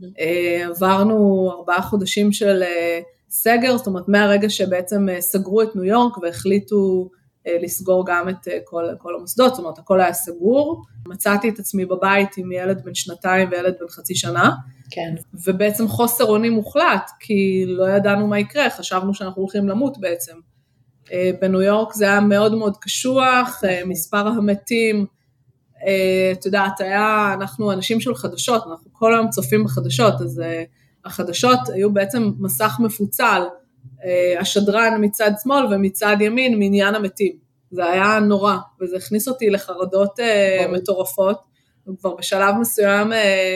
עברנו ארבעה חודשים של סגר, זאת אומרת מהרגע שבעצם סגרו את ניו יורק והחליטו לסגור גם את כל, כל המוסדות, זאת אומרת הכל היה סגור, מצאתי את עצמי בבית עם ילד בן שנתיים וילד בן חצי שנה, כן. ובעצם חוסר אונים מוחלט, כי לא ידענו מה יקרה, חשבנו שאנחנו הולכים למות בעצם. בניו יורק זה היה מאוד מאוד קשוח, מספר המתים, אתה יודעת, היה, אנחנו אנשים של חדשות, אנחנו כל היום צופים בחדשות, אז החדשות היו בעצם מסך מפוצל, השדרן מצד שמאל ומצד ימין מעניין המתים, זה היה נורא, וזה הכניס אותי לחרדות מטורפות, וכבר בשלב מסוים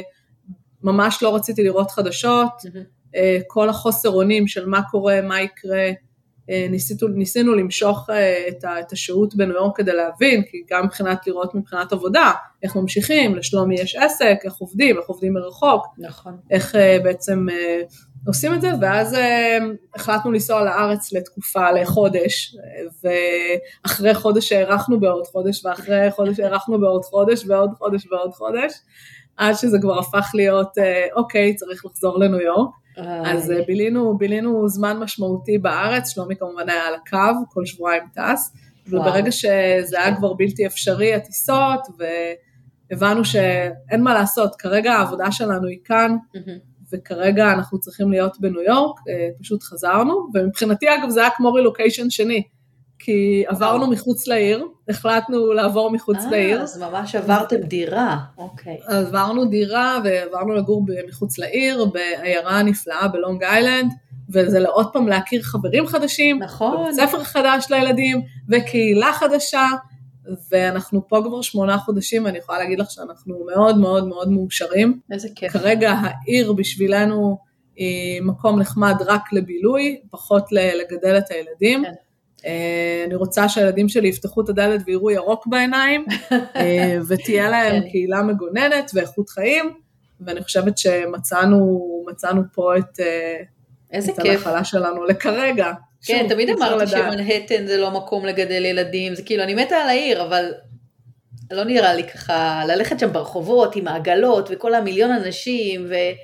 ממש לא רציתי לראות חדשות, כל החוסר אונים של מה קורה, מה יקרה, ניסינו, ניסינו למשוך את, ה, את השהות בניו יורק כדי להבין, כי גם מבחינת לראות מבחינת עבודה, איך ממשיכים, לשלומי יש עסק, איך עובדים, איך עובדים מרחוק, נכון. איך בעצם עושים את זה, ואז החלטנו לנסוע לארץ לתקופה, לחודש, ואחרי חודש הערכנו בעוד חודש, ואחרי חודש הערכנו בעוד חודש, ועוד חודש ועוד חודש, עד שזה כבר הפך להיות, אוקיי, צריך לחזור לניו יורק, אז בילינו, בילינו זמן משמעותי בארץ, שלומי כמובן היה על הקו, כל שבועיים טס, וברגע שזה היה כבר בלתי אפשרי, הטיסות, והבנו שאין מה לעשות, כרגע העבודה שלנו היא כאן, וכרגע אנחנו צריכים להיות בניו יורק, פשוט חזרנו, ומבחינתי אגב זה היה כמו רילוקיישן שני, כי עברנו מחוץ לעיר, החלטנו לעבור מחוץ לעיר. אז ממש עברתם דירה, אוקיי. עברנו דירה ועברנו לגור מחוץ לעיר, בעיירה הנפלאה בלונג איילנד, וזה לעוד פעם להכיר חברים חדשים, נכון. ספר חדש לילדים, וקהילה חדשה, ואנחנו פה כבר שמונה חודשים, ואני יכולה להגיד לך שאנחנו מאוד מאוד מאוד מאושרים. איזה כיף. כרגע העיר בשבילנו היא מקום נחמד רק לבילוי, פחות לגדל את הילדים. כן. אני רוצה שהילדים שלי יפתחו את הדלת ויראו ירוק בעיניים, ותהיה להם קהילה מגוננת ואיכות חיים, ואני חושבת שמצאנו מצאנו פה את הנחלה שלנו לכרגע. כן, תמיד אמרתי שמנהטן זה לא מקום לגדל ילדים, זה כאילו, אני מתה על העיר, אבל לא נראה לי ככה, ללכת שם ברחובות עם העגלות, וכל המיליון אנשים,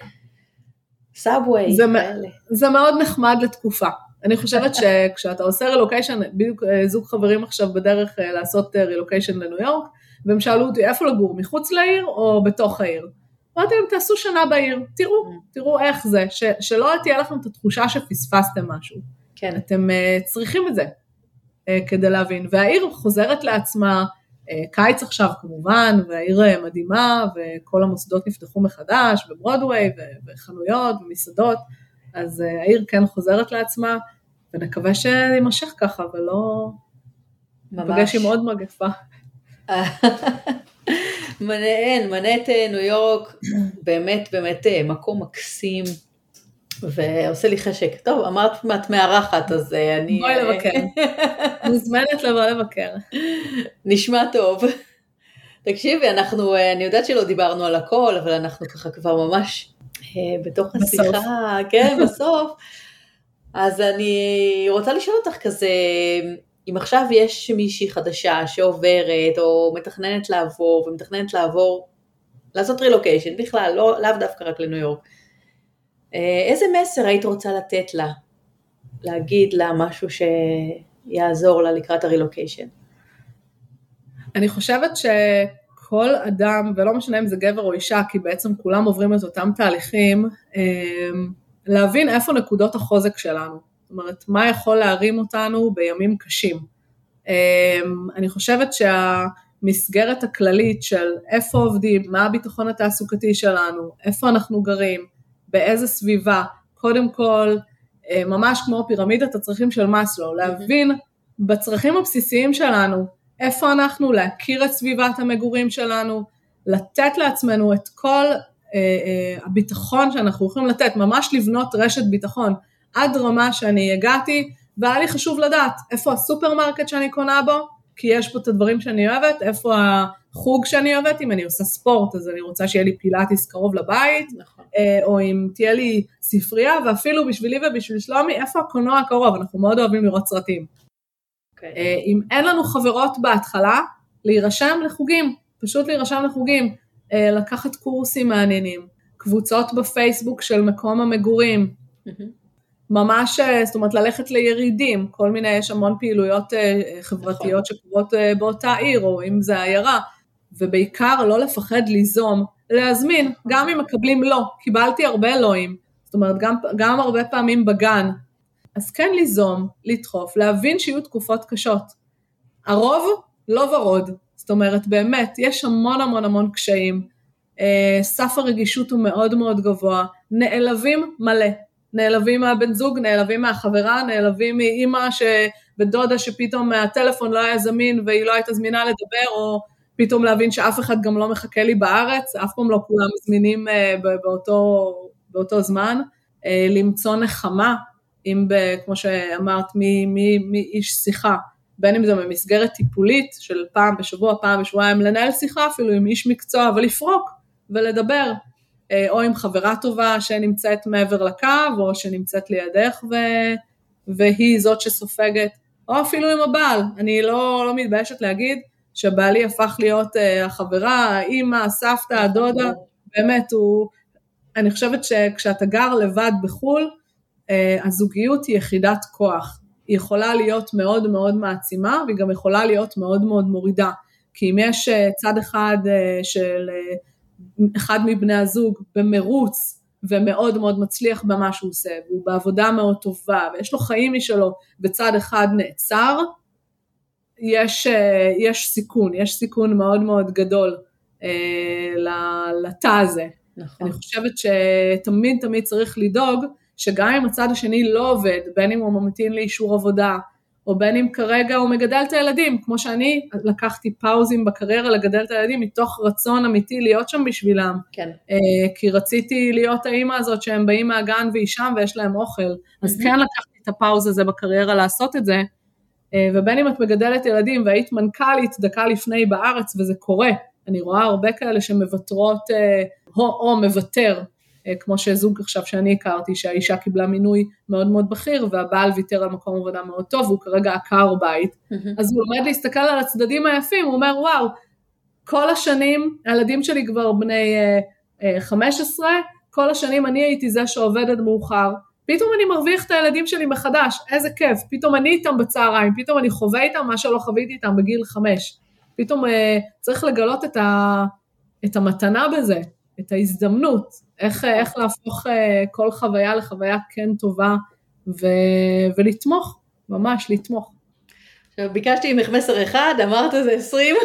וסאבווי. זה מאוד נחמד לתקופה. אני חושבת שכשאתה עושה רילוקיישן, בדיוק זוג חברים עכשיו בדרך לעשות רילוקיישן לניו יורק, והם שאלו אותי איפה לגור, מחוץ לעיר או בתוך העיר? אמרתי להם, תעשו שנה בעיר, תראו, תראו איך זה, ש, שלא תהיה לכם את התחושה שפספסתם משהו. כן. אתם uh, צריכים את זה uh, כדי להבין, והעיר חוזרת לעצמה, uh, קיץ עכשיו כמובן, והעיר uh, מדהימה, וכל המוסדות נפתחו מחדש, בברודווי, ו- וחנויות, ומסעדות, אז uh, העיר כן חוזרת לעצמה, ונקווה שימשך ככה, ולא נפגש עם עוד מגפה. מנהן, מנהת ניו יורק, באמת באמת מקום מקסים, ועושה לי חשק. טוב, אמרת את מארחת, אז אני... בואי לבקר. מוזמנת לבוא לבקר. נשמע טוב. תקשיבי, אנחנו, אני יודעת שלא דיברנו על הכל, אבל אנחנו ככה כבר ממש בתוך השיחה, בסוף. כן, בסוף. אז אני רוצה לשאול אותך כזה, אם עכשיו יש מישהי חדשה שעוברת, או מתכננת לעבור, ומתכננת לעבור, לעשות רילוקיישן, בכלל, לא, לאו דווקא רק לניו יורק, איזה מסר היית רוצה לתת לה, להגיד לה משהו שיעזור לה לקראת הרילוקיישן? אני חושבת שכל אדם, ולא משנה אם זה גבר או אישה, כי בעצם כולם עוברים את אותם תהליכים, להבין איפה נקודות החוזק שלנו. זאת אומרת, מה יכול להרים אותנו בימים קשים. אני חושבת שהמסגרת הכללית של איפה עובדים, מה הביטחון התעסוקתי שלנו, איפה אנחנו גרים, באיזה סביבה, קודם כל, ממש כמו פירמידת הצרכים של מאסלו, להבין בצרכים הבסיסיים שלנו, איפה אנחנו, להכיר את סביבת המגורים שלנו, לתת לעצמנו את כל הביטחון שאנחנו יכולים לתת, ממש לבנות רשת ביטחון, עד רמה שאני הגעתי, והיה לי חשוב לדעת איפה הסופרמרקט שאני קונה בו, כי יש פה את הדברים שאני אוהבת, איפה החוג שאני אוהבת, אם אני עושה ספורט, אז אני רוצה שיהיה לי פילאטיס קרוב לבית, נכון. או אם תהיה לי ספרייה, ואפילו בשבילי ובשביל שלומי, איפה הקולנוע הקרוב, אנחנו מאוד אוהבים לראות סרטים. Okay. אם אין לנו חברות בהתחלה, להירשם לחוגים, פשוט להירשם לחוגים, לקחת קורסים מעניינים, קבוצות בפייסבוק של מקום המגורים, mm-hmm. ממש, זאת אומרת, ללכת לירידים, כל מיני, יש המון פעילויות חברתיות נכון. שקורות באותה עיר, או אם זה עיירה, ובעיקר לא לפחד ליזום, להזמין, גם אם מקבלים לא, קיבלתי הרבה לואים, זאת אומרת, גם, גם הרבה פעמים בגן, אז כן ליזום, לדחוף, להבין שיהיו תקופות קשות. הרוב לא ורוד, זאת אומרת, באמת, יש המון המון המון קשיים, סף הרגישות הוא מאוד מאוד גבוה, נעלבים מלא, נעלבים מהבן זוג, נעלבים מהחברה, נעלבים מאמא ודודה שפתאום מהטלפון לא היה זמין והיא לא הייתה זמינה לדבר, או פתאום להבין שאף אחד גם לא מחכה לי בארץ, אף פעם לא כולם מזמינים באותו, באותו זמן, למצוא נחמה, אם ב, כמו שאמרת, מי, מי, מי איש שיחה, בין אם זה במסגרת טיפולית של פעם בשבוע, פעם בשבועיים, לנהל שיחה אפילו עם איש מקצוע, ולפרוק ולדבר, או עם חברה טובה שנמצאת מעבר לקו, או שנמצאת לידך, ו, והיא זאת שסופגת, או אפילו עם הבעל. אני לא, לא מתביישת להגיד שבעלי הפך להיות החברה, האמא, הסבתא, הדודה, באמת הוא, אני חושבת שכשאתה גר לבד בחול, הזוגיות היא יחידת כוח, היא יכולה להיות מאוד מאוד מעצימה, והיא גם יכולה להיות מאוד מאוד מורידה, כי אם יש צד אחד של אחד מבני הזוג במרוץ, ומאוד מאוד מצליח במה שהוא עושה, והוא בעבודה מאוד טובה, ויש לו חיים משלו, בצד אחד נעצר, יש, יש סיכון, יש סיכון מאוד מאוד גדול לתא הזה. נכון. אני חושבת שתמיד תמיד צריך לדאוג, שגם אם הצד השני לא עובד, בין אם הוא ממתין לאישור עבודה, או בין אם כרגע הוא מגדל את הילדים, כמו שאני לקחתי פאוזים בקריירה לגדל את הילדים, מתוך רצון אמיתי להיות שם בשבילם, כן. כי רציתי להיות האמא הזאת שהם באים מהגן והיא שם ויש להם אוכל, אז כן לקחתי את הפאוז הזה בקריירה לעשות את זה, ובין אם את מגדלת ילדים והיית מנכ"לית דקה לפני בארץ, וזה קורה, אני רואה הרבה כאלה שמוותרות, או, או מוותר, כמו שזוג עכשיו שאני הכרתי, שהאישה קיבלה מינוי מאוד מאוד בכיר, והבעל ויתר על מקום עבודה מאוד טוב, והוא כרגע עקר בית, mm-hmm. אז הוא עומד להסתכל על הצדדים היפים, הוא אומר, וואו, כל השנים, הילדים שלי כבר בני אה, חמש עשרה, כל השנים אני הייתי זה שעובד עד מאוחר, פתאום אני מרוויח את הילדים שלי מחדש, איזה כיף, פתאום אני איתם בצהריים, פתאום אני חווה איתם מה שלא חוויתי איתם בגיל חמש, פתאום אה, צריך לגלות את, ה, את המתנה בזה, את ההזדמנות, איך, איך להפוך כל חוויה לחוויה כן טובה, ו, ולתמוך, ממש לתמוך. עכשיו, ביקשתי ממך מסר אחד, אמרת זה עשרים.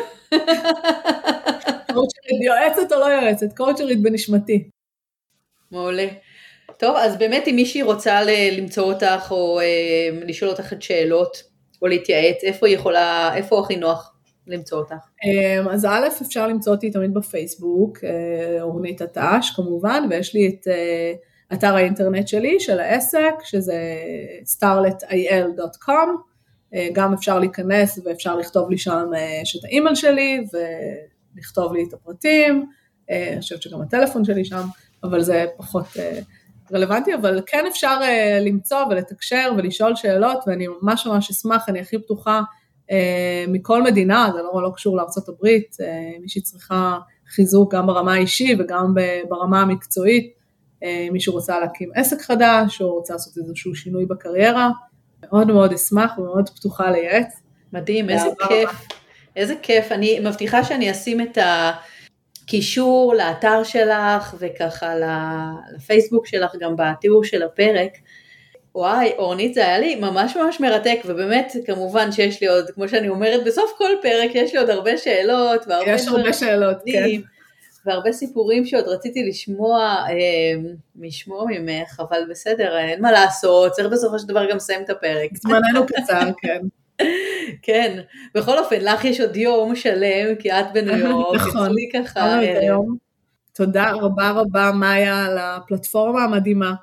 קואוצ'רית, יועצת או לא יועצת? קואוצ'רית בנשמתי. מעולה. טוב, אז באמת אם מישהי רוצה למצוא אותך, או לשאול אותך את שאלות, או להתייעץ, איפה היא יכולה, איפה הכי נוח למצוא אותך? אז א', אפשר למצוא אותי תמיד בפייסבוק, אורנית עטש כמובן, ויש לי את אתר האינטרנט שלי, של העסק, שזה סטארלט איי אל דוט קום, גם אפשר להיכנס ואפשר לכתוב לי שם את האימייל שלי, ולכתוב לי את הפרטים, אני חושבת שגם הטלפון שלי שם, אבל זה פחות רלוונטי, אבל כן אפשר למצוא ולתקשר ולשאול שאלות, ואני ממש ממש אשמח, אני הכי פתוחה מכל מדינה, זה לא, לא קשור לארצות הברית, מי שצריכה חיזוק גם ברמה האישית וגם ברמה המקצועית, מישהו רוצה להקים עסק חדש, או רוצה לעשות איזשהו שינוי בקריירה, מאוד מאוד אשמח ומאוד פתוחה לייעץ. מדהים, איזה כיף, איזה כיף, אני מבטיחה שאני אשים את הקישור לאתר שלך, וככה לפייסבוק שלך, גם בתיאור של הפרק. וואי, אורנית, זה היה לי ממש ממש מרתק, ובאמת, כמובן שיש לי עוד, כמו שאני אומרת, בסוף כל פרק יש לי עוד הרבה שאלות, יש הרבה שאלות, כן. והרבה סיפורים שעוד רציתי לשמוע, משמוע ממך, אבל בסדר, אין מה לעשות, צריך בסופו של דבר גם לסיים את הפרק. זמננו קצר, כן. כן, בכל אופן, לך יש עוד יום שלם, כי את בניו יורק, נכון, ככה. תודה רבה רבה, מאיה, על הפלטפורמה המדהימה,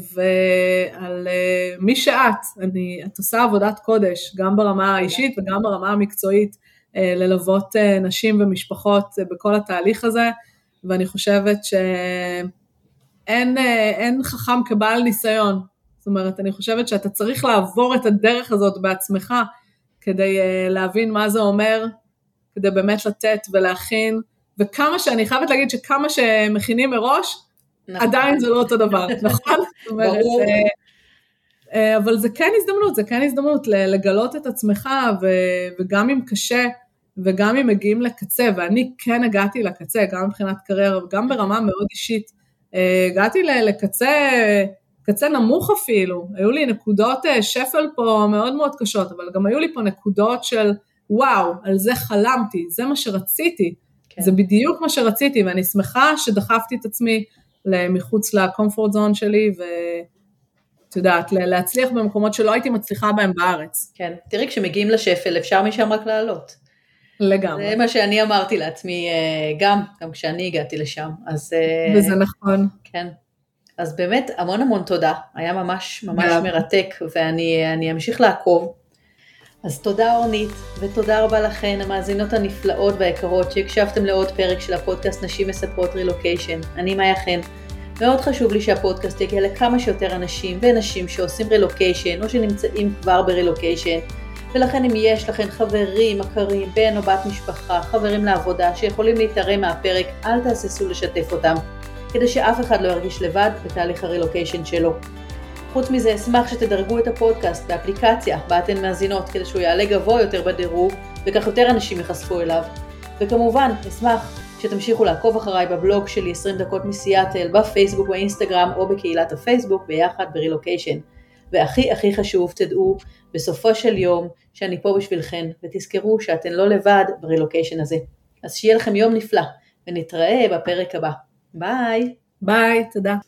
ועל מי שאת, אני, את עושה עבודת קודש, גם ברמה האישית וגם ברמה המקצועית, ללוות נשים ומשפחות בכל התהליך הזה, ואני חושבת שאין אין חכם כבעל ניסיון, זאת אומרת, אני חושבת שאתה צריך לעבור את הדרך הזאת בעצמך, כדי להבין מה זה אומר, כדי באמת לתת ולהכין, וכמה שאני חייבת להגיד שכמה שמכינים מראש, נכון. עדיין זה לא אותו דבר, נכון? זאת אומרת, ברור. אבל זה כן הזדמנות, זה כן הזדמנות לגלות את עצמך, וגם אם קשה, וגם אם מגיעים לקצה, ואני כן הגעתי לקצה, גם מבחינת קריירה, וגם ברמה מאוד אישית, הגעתי לקצה, קצה נמוך אפילו, היו לי נקודות שפל פה מאוד מאוד קשות, אבל גם היו לי פה נקודות של, וואו, על זה חלמתי, זה מה שרציתי, כן. זה בדיוק מה שרציתי, ואני שמחה שדחפתי את עצמי מחוץ לקומפורט זון שלי, ואת יודעת, להצליח במקומות שלא הייתי מצליחה בהם בארץ. כן, תראי, כשמגיעים לשפל, אפשר משם רק לעלות. לגמרי. זה מה שאני אמרתי לעצמי, גם, גם כשאני הגעתי לשם. אז, וזה נכון. כן. אז באמת, המון המון תודה. היה ממש ממש yeah. מרתק, ואני אני אמשיך לעקוב. אז תודה אורנית, ותודה רבה לכן, המאזינות הנפלאות והיקרות, שהקשבתם לעוד פרק של הפודקאסט נשים מספרות רילוקיישן. אני מאיה חן. מאוד חשוב לי שהפודקאסט יגיע לכמה שיותר אנשים ונשים שעושים רילוקיישן, או שנמצאים כבר ברילוקיישן, ולכן אם יש לכם חברים, מכרים, בן או בת משפחה, חברים לעבודה שיכולים להתערם מהפרק, אל תהססו לשתף אותם, כדי שאף אחד לא ירגיש לבד בתהליך הרילוקיישן שלו. חוץ מזה, אשמח שתדרגו את הפודקאסט באפליקציה בה אתן מאזינות, כדי שהוא יעלה גבוה יותר בדירוג, וכך יותר אנשים יחשפו אליו. וכמובן, אשמח שתמשיכו לעקוב אחריי בבלוג שלי עשרים דקות מסיאטל, בפייסבוק ואינסטגרם או בקהילת הפייסבוק ביחד ברילוקיישן. והכי הכי חשוב, תדעו בסופו של יום שאני פה בשבילכן, ותזכרו שאתן לא לבד ברילוקיישן הזה. אז שיהיה לכם יום נפלא, ונתראה בפרק הבא. ביי. ביי, תודה.